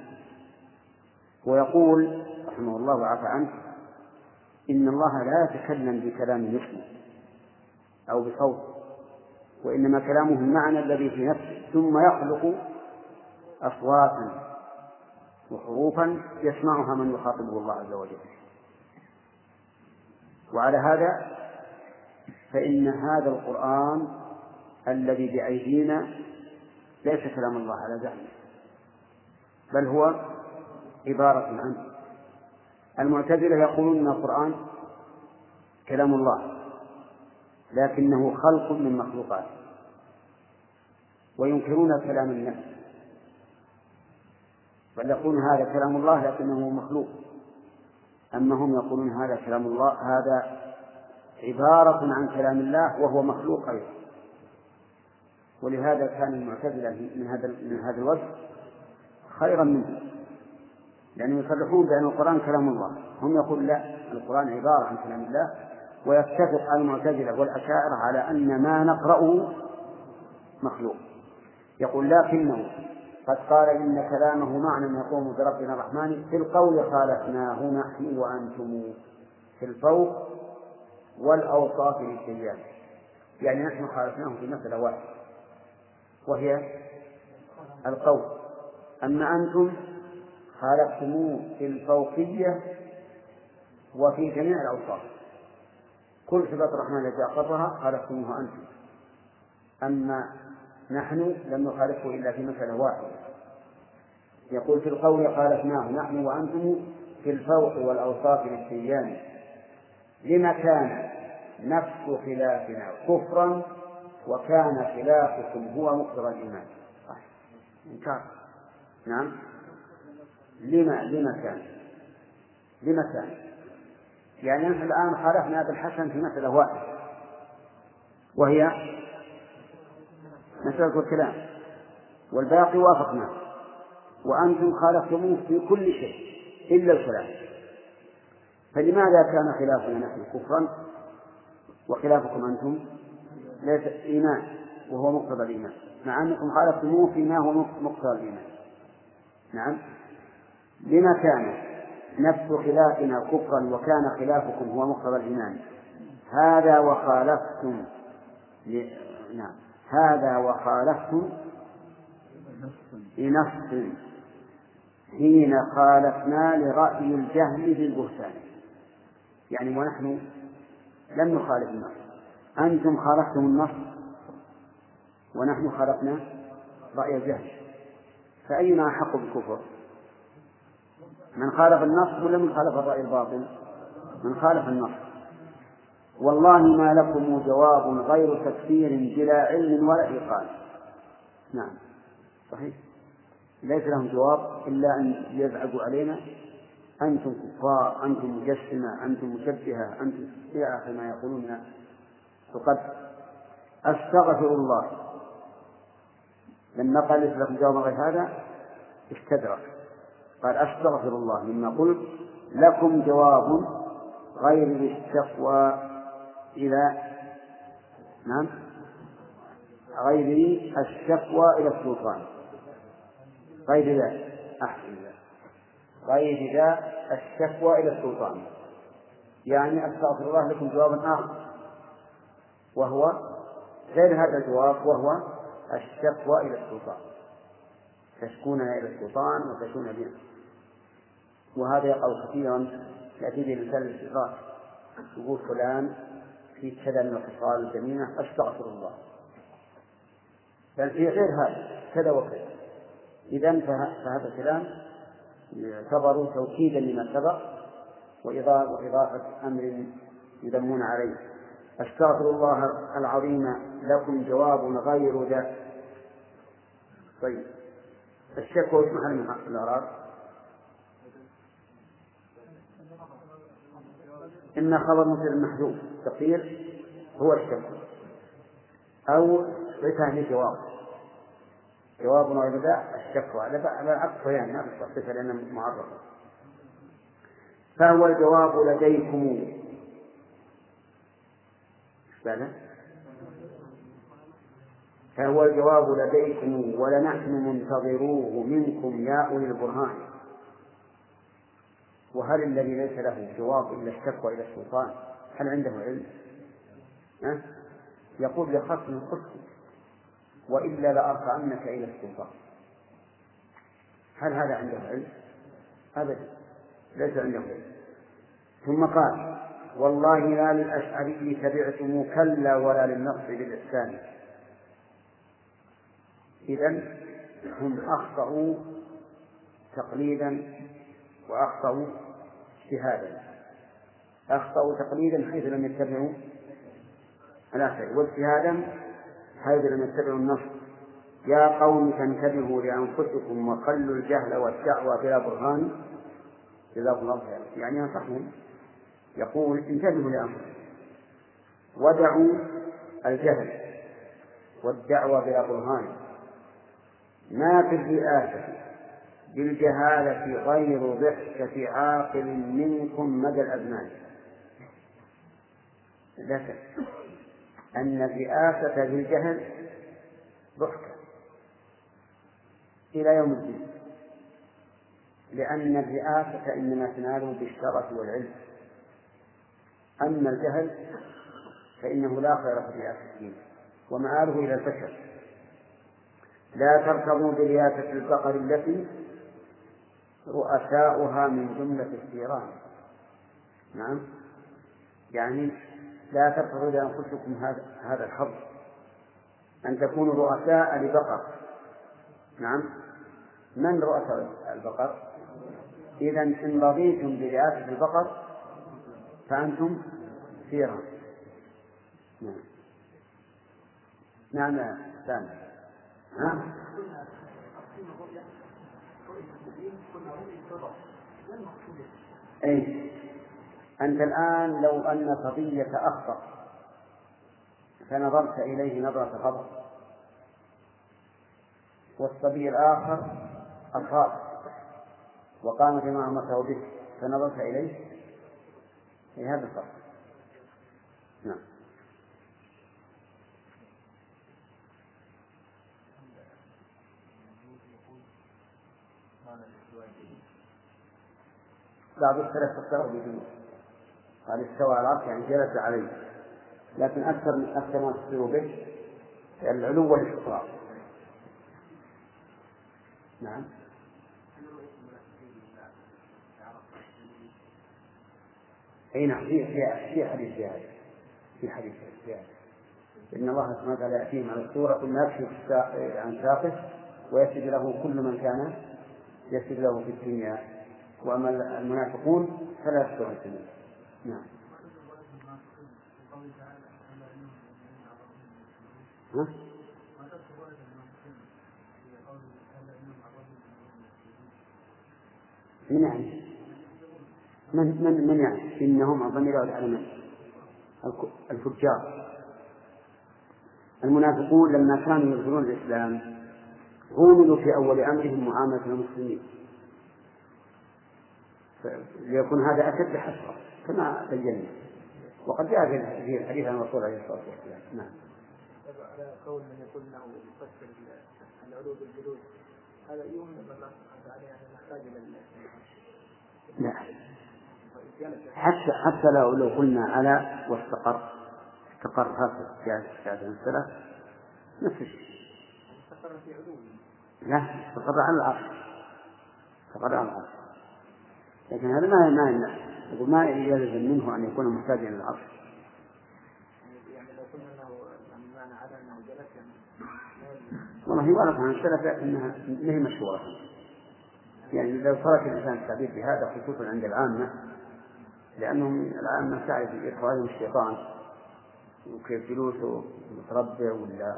ويقول رحمه الله وعفى عنه إن الله لا يتكلم بكلام يسمع أو بصوت، وإنما كلامه المعنى الذي في نفسه، ثم يخلق أصواتا وحروفا يسمعها من يخاطبه الله عز وجل. وعلى هذا فإن هذا القرآن الذي بأيدينا ليس كلام الله على زعمه، بل هو عبارة عنه. المعتزلة يقولون أن القرآن كلام الله لكنه خلق من مخلوقات، وينكرون كلام النفس، بل يقولون هذا كلام الله لكنه مخلوق. أما هم يقولون هذا كلام الله، هذا عبارة عن كلام الله وهو مخلوق أيضا. ولهذا كان المعتزلة من هذا من هذا الوجه خيرا منه، لأنهم يصرحون بأن القرآن كلام الله، هم يقول لا، القرآن عبارة عن كلام الله، ويتفق المعتزلة والأشاعرة على أن ما نقرأه مخلوق. يقول لكنه قد قال إن كلامه معنى يقوم بربنا الرحمن، في القول خالفناه نحن وأنتم، في الفوق والأوصاف للسيان، يعني نحن خالفناه في مسألة واحدة وهي القول، أما أنتم خالفتموه في الفوقية وفي جميع الأوصاف، كل صفات الرحمن التي أقرها خالفتموها أنتم، أما نحن لم نخالفه إلا في مسألة واحدة. يقول في القول خالفناه نحن وأنتم، في الفوق والأوصاف للسيان، لما كان نفس خلافنا كفرا وكان خلافكم هو مقتضى الإيمان. إنكار. نعم. لما لما كان لما كان يعني نحن الآن خالفنا أبا الحسن في مسألة واحدة وهي مسألة الكلام، والباقي وافقنا، وأنتم خالفتموه في كل شيء إلا الكلام، فلماذا كان خلافنا نحن كفرا وخلافكم أنتم ليس إيمان وهو مقتضى الإيمان، مع أنكم خالفتموه فيما هو مقتضى الإيمان؟ نعم. لما كان نفس خلافنا كفرا وكان خلافكم هو مقتضى الإيمان، هذا وخالفتم ل... نعم هذا وخالفتم لنفس حين خالفنا لرأي الجهل بالبهتان، يعني ونحن لم نخالف النص، أنتم خالفتم النص ونحن خالفنا رأي الجهل، فأينا أحق بالكفر؟ من خالف النص ولا من خالف الرأي الباطل؟ من خالف النص. والله ما لكم جواب غير تكفير بلا علم ولا إيقان. نعم صحيح، ليس لهم جواب إلا أن يزعجوا علينا أنتم كفار، أنتم مجسمة، أنتم مشبهة، أنتم إلى آخر ما يقولون. فقد أستغفر الله لما قال ليس لكم جواب غير هذا استدرك، قال أستغفر الله مما قلت لكم جواب غير الشكوى إلى نعم غير الشكوى إلى السلطان، غير ذا أحسن غير ذا الشكوى إلى السلطان، يعني أستغفر الله لكم جوابا آخر وهو غير هذا الجواب، وهو الشكوى إلى السلطان، تشكوننا إلى السلطان وتشكون بنا. وهذا يقع كثيرا، يأتي به مثال الاستغراق، يقول فلان في كذا من الخصال الجميلة أستغفر الله، بل في غير هذا كذا وكذا. إذن فهذا الكلام يعتبر توكيدا لما سبق وإضافة أمر يذمون عليه. أستغفر الله العظيم لكم جواب غير ذا. طيب الشكوى وش محل من الإعراب؟ إن خبر مثل محذوف تقدير هو الشكوى، أو ليس جواب جواب غير ذا الشكوى على عكس يعني ما تصفيها لأنه معرف. فهو الجواب لديكم فهو الجواب لديكم ولنحن منتظروه منكم يا أولي البرهان. وهل الذي ليس له جواب إلا الشكوى إلى السلطان هل عنده علم؟ أه؟ يقول لخصم القدس وإلا لأرفعنك إلى السلطان، هل هذا عنده علم؟ أبدا ليس عنده علم. ثم قال والله لا للأشعري تبعتم كلا ولا للنصر بالإحسان. إذن هم أخطأوا تقليدا وأخطأوا اجتهادا. أخطأوا تقليدا حيث لم يتبعوا الأشعري، واجتهادا حيث لم يتبعوا النص. يا قوم تنتبهوا لأنفسكم وخلوا الجهل والدعوى بلا برهان. جزاكم الله خيرا، يعني ينصحهم يقول انتبهوا لأنفسكم ودعوا الجهل والدعوة بلا برهان ما في الرئاسة بالجهالة غير ضحكة عاقل منكم مدى الأزمان. لا شك أن الرئاسة بالجهل ضحكة إلى يوم الدين، لأن الرئاسة إنما تنال بالشرف والعلم، أما الجهل فإنه لا خير في الرئاسة ومآله إلى الفشل. لا تركضوا برياسة البقر التي رؤساؤها من جملة الثيران. نعم، يعني لا تركضوا لأنفسكم هذا هذا الحظ أن تكونوا رؤساء لبقر. نعم، من رؤساء البقر؟ إذا إن رضيتم برئاسة البقر فأنتم ثيران. نعم نعم يا سامي. ها؟ أي أنت الآن لو أن صبية أخطأ فنظرت إليه نظرة غضب، والصبي الآخر أصاب وقام بما أمرته به فنظرت إليه في هذا الفرق. نعم. بعض السلف فسره بجنود قال استوى على العرش يعني جلس عليه، لكن أكثر من أكثر ما تفسروا به العلو والاستقرار. نعم. أي نعم، في في حديث في هذا في حديث في هذا إن الله سبحانه وتعالى يأتيهم على الصورة ثم يكشف عن ساقه ويسجد له كل من كان يسجد له في الدنيا، وأما المنافقون فلا يسجدون في الدنيا. نعم. ها؟ من يعني من من من يعني إنهم الضمير على من؟ الفجار. المنافقون لما كانوا يظهرون الإسلام عوملوا في أول أمرهم معاملة المسلمين ليكون هذا أشد حسرة كما بينا، وقد جاء في الحديث عن الرسول عليه الصلاة والسلام. نعم. على قول من يقول انه يفسر العلو بالجلود هذا يوم الله يعني نحتاج الى لا حتى حتى لو لو قلنا على واستقر استقر هذا جاء من السلف نفس الشيء. استقر في علو. لا استقر على العرش، استقر على العرش، لكن هذا ما ما يقول ما يلزم منه أن يكون محتاجا إلى العرش. يعني لو قلنا أنه معنى على أنه جلس والله ورد عن السلف أنها ما هي مشهورة، يعني لو ترك الإنسان التعبير بهذا خصوصا عند العامة، لأنهم العامة تعرف إخراجهم الشيطان وكيف جلوسه متربع ولا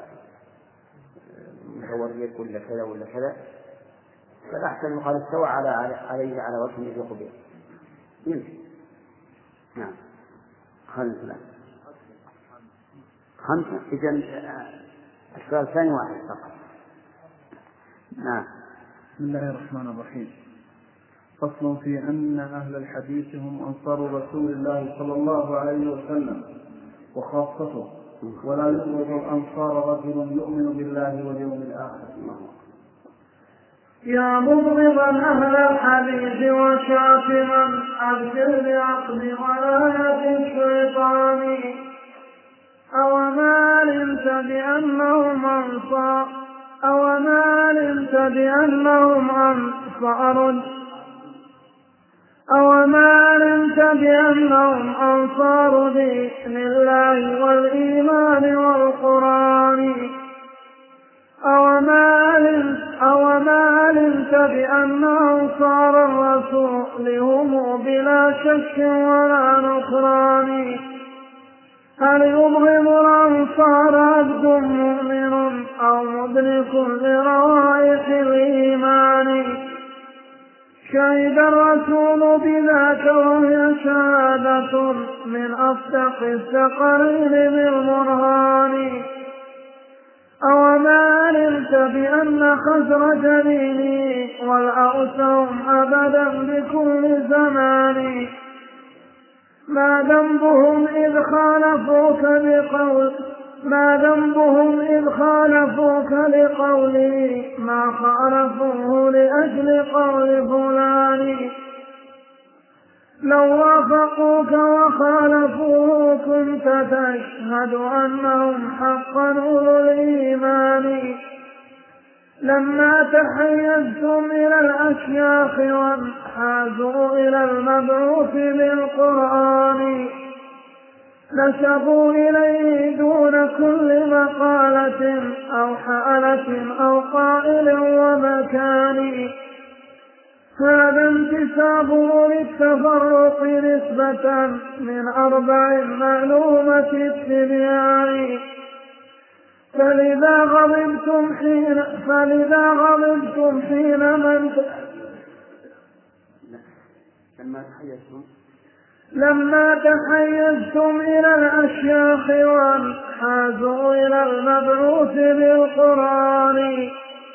متورك ولا كذا ولا كذا، فالأحسن يقال استوى على عليه على وجه يليق به. يمكن. نعم. خمسة لا. خمسة إذن السؤال الثاني واحد فقط. نعم. بسم الله الرحمن الرحيم. فصل في أن أهل الحديث هم أنصار رسول الله صلى الله عليه وسلم وخاصته، ولا يبغض الأنصار رجل يؤمن بالله واليوم الآخر. يا مبغضا أهل الحديث وشاتما أبشر بعقد ولاية الشيطان، أوما علمت بأنهم أنصار أوما علمت بأنهم أنصار أوما علمت بأنهم أنصار دين الله والإيمان والقرآن، أوما علمت أوما علمت بأن أنصار الرسول هم بلا شك ولا نكران، هل يبغض الأنصار عبد مؤمن أو مدرك لروائح الإيمان، شهد الرسول بذاك وهي شهادة من أصدق الثقلين بالبرهان، آمنت بأن خزرج ديني والأوس هم أبدا بكل زمان ما ذنبهم إذ خالفوك بقول ما ذنبهم إذ خالفوك لقولي ما خالفوه لأجل قول فلان لو وافقوك وخالفوه كنت تشهد أنهم حقا أولو الإيمان لما تحيزتم إلى الأشياخ وانحازوا إلى المبعوث بالقرآن نسبوا إليه دون كل مقالة أو حالة أو قائل ومكان هذا انتسابه للتفرق نسبة من أربع معلومة التبيان فلذا غضبتم حين فلذا غضبتم حين من لما تحيزتم لما تحيزتم إلى الأشياخ وانحازوا إلى المبعوث بالقرآن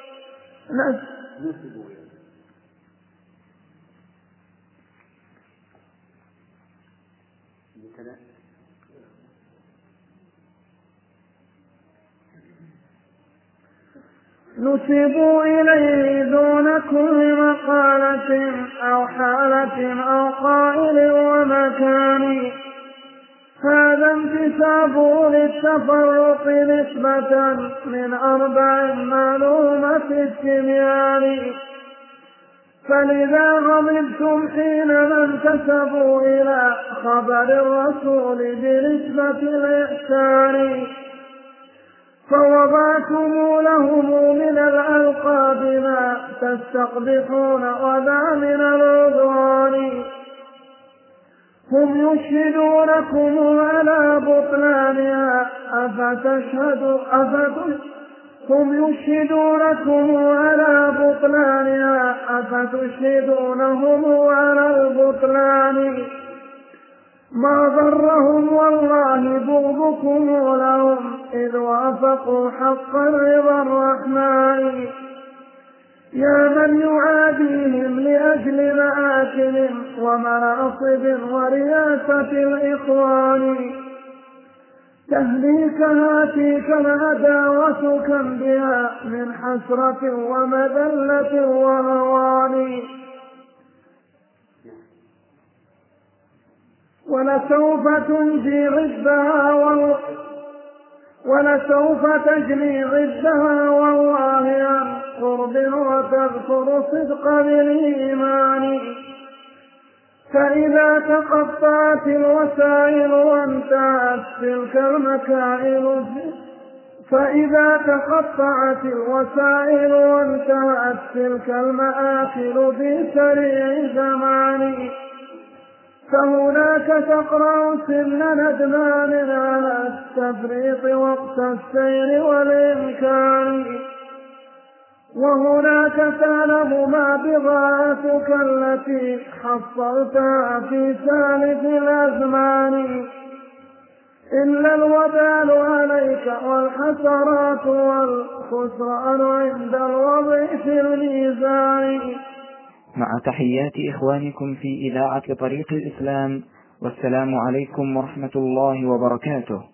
نسبوا إليه دون كل مقالة أو حالة أو قائل ومكان هذا انتسابه للتفرق نسبة من أربع معلومة التبيان فلذا غضبتم حين من انتسبوا إلى خبر الرسول بنسبة الإحسان فوضعتم لهم من الألقاب ما تستقبحون وذا من العدوان هم يشهدونكم على بطلانها أفتشهدوا أفتش هم يشهدونكم على بطلانها أفتشهدونهم على البطلان ما ضرهم والله بغضكم لهم إذ وافقوا حق رضا الرحمن يا من يعاديهم لأجل مآكل ومناصب ورياسة الإخوان تهليك هاتيك العداوة كم بها من حسرة ومذلة وهوان ولسوف تنجي غدها والله ولسوف تجني غدها والله عن قرب وتذكر صدق بالإيمان فإذا تقطعت الوسائل وانتهت تلك المكائل فإذا تقطعت الوسائل وانتهت تلك المآكل في سريع زمان فهناك تقرأ سن ندمان على التفريط وقت السير والإمكان وهناك تعلم ما بضاعتك التي حصلتها في سالف الأزمان إلا الوبال عليك والحسرات والخسران عند الوضع في الميزان. مع تحيات إخوانكم في إذاعة طريق الإسلام، والسلام عليكم ورحمة الله وبركاته.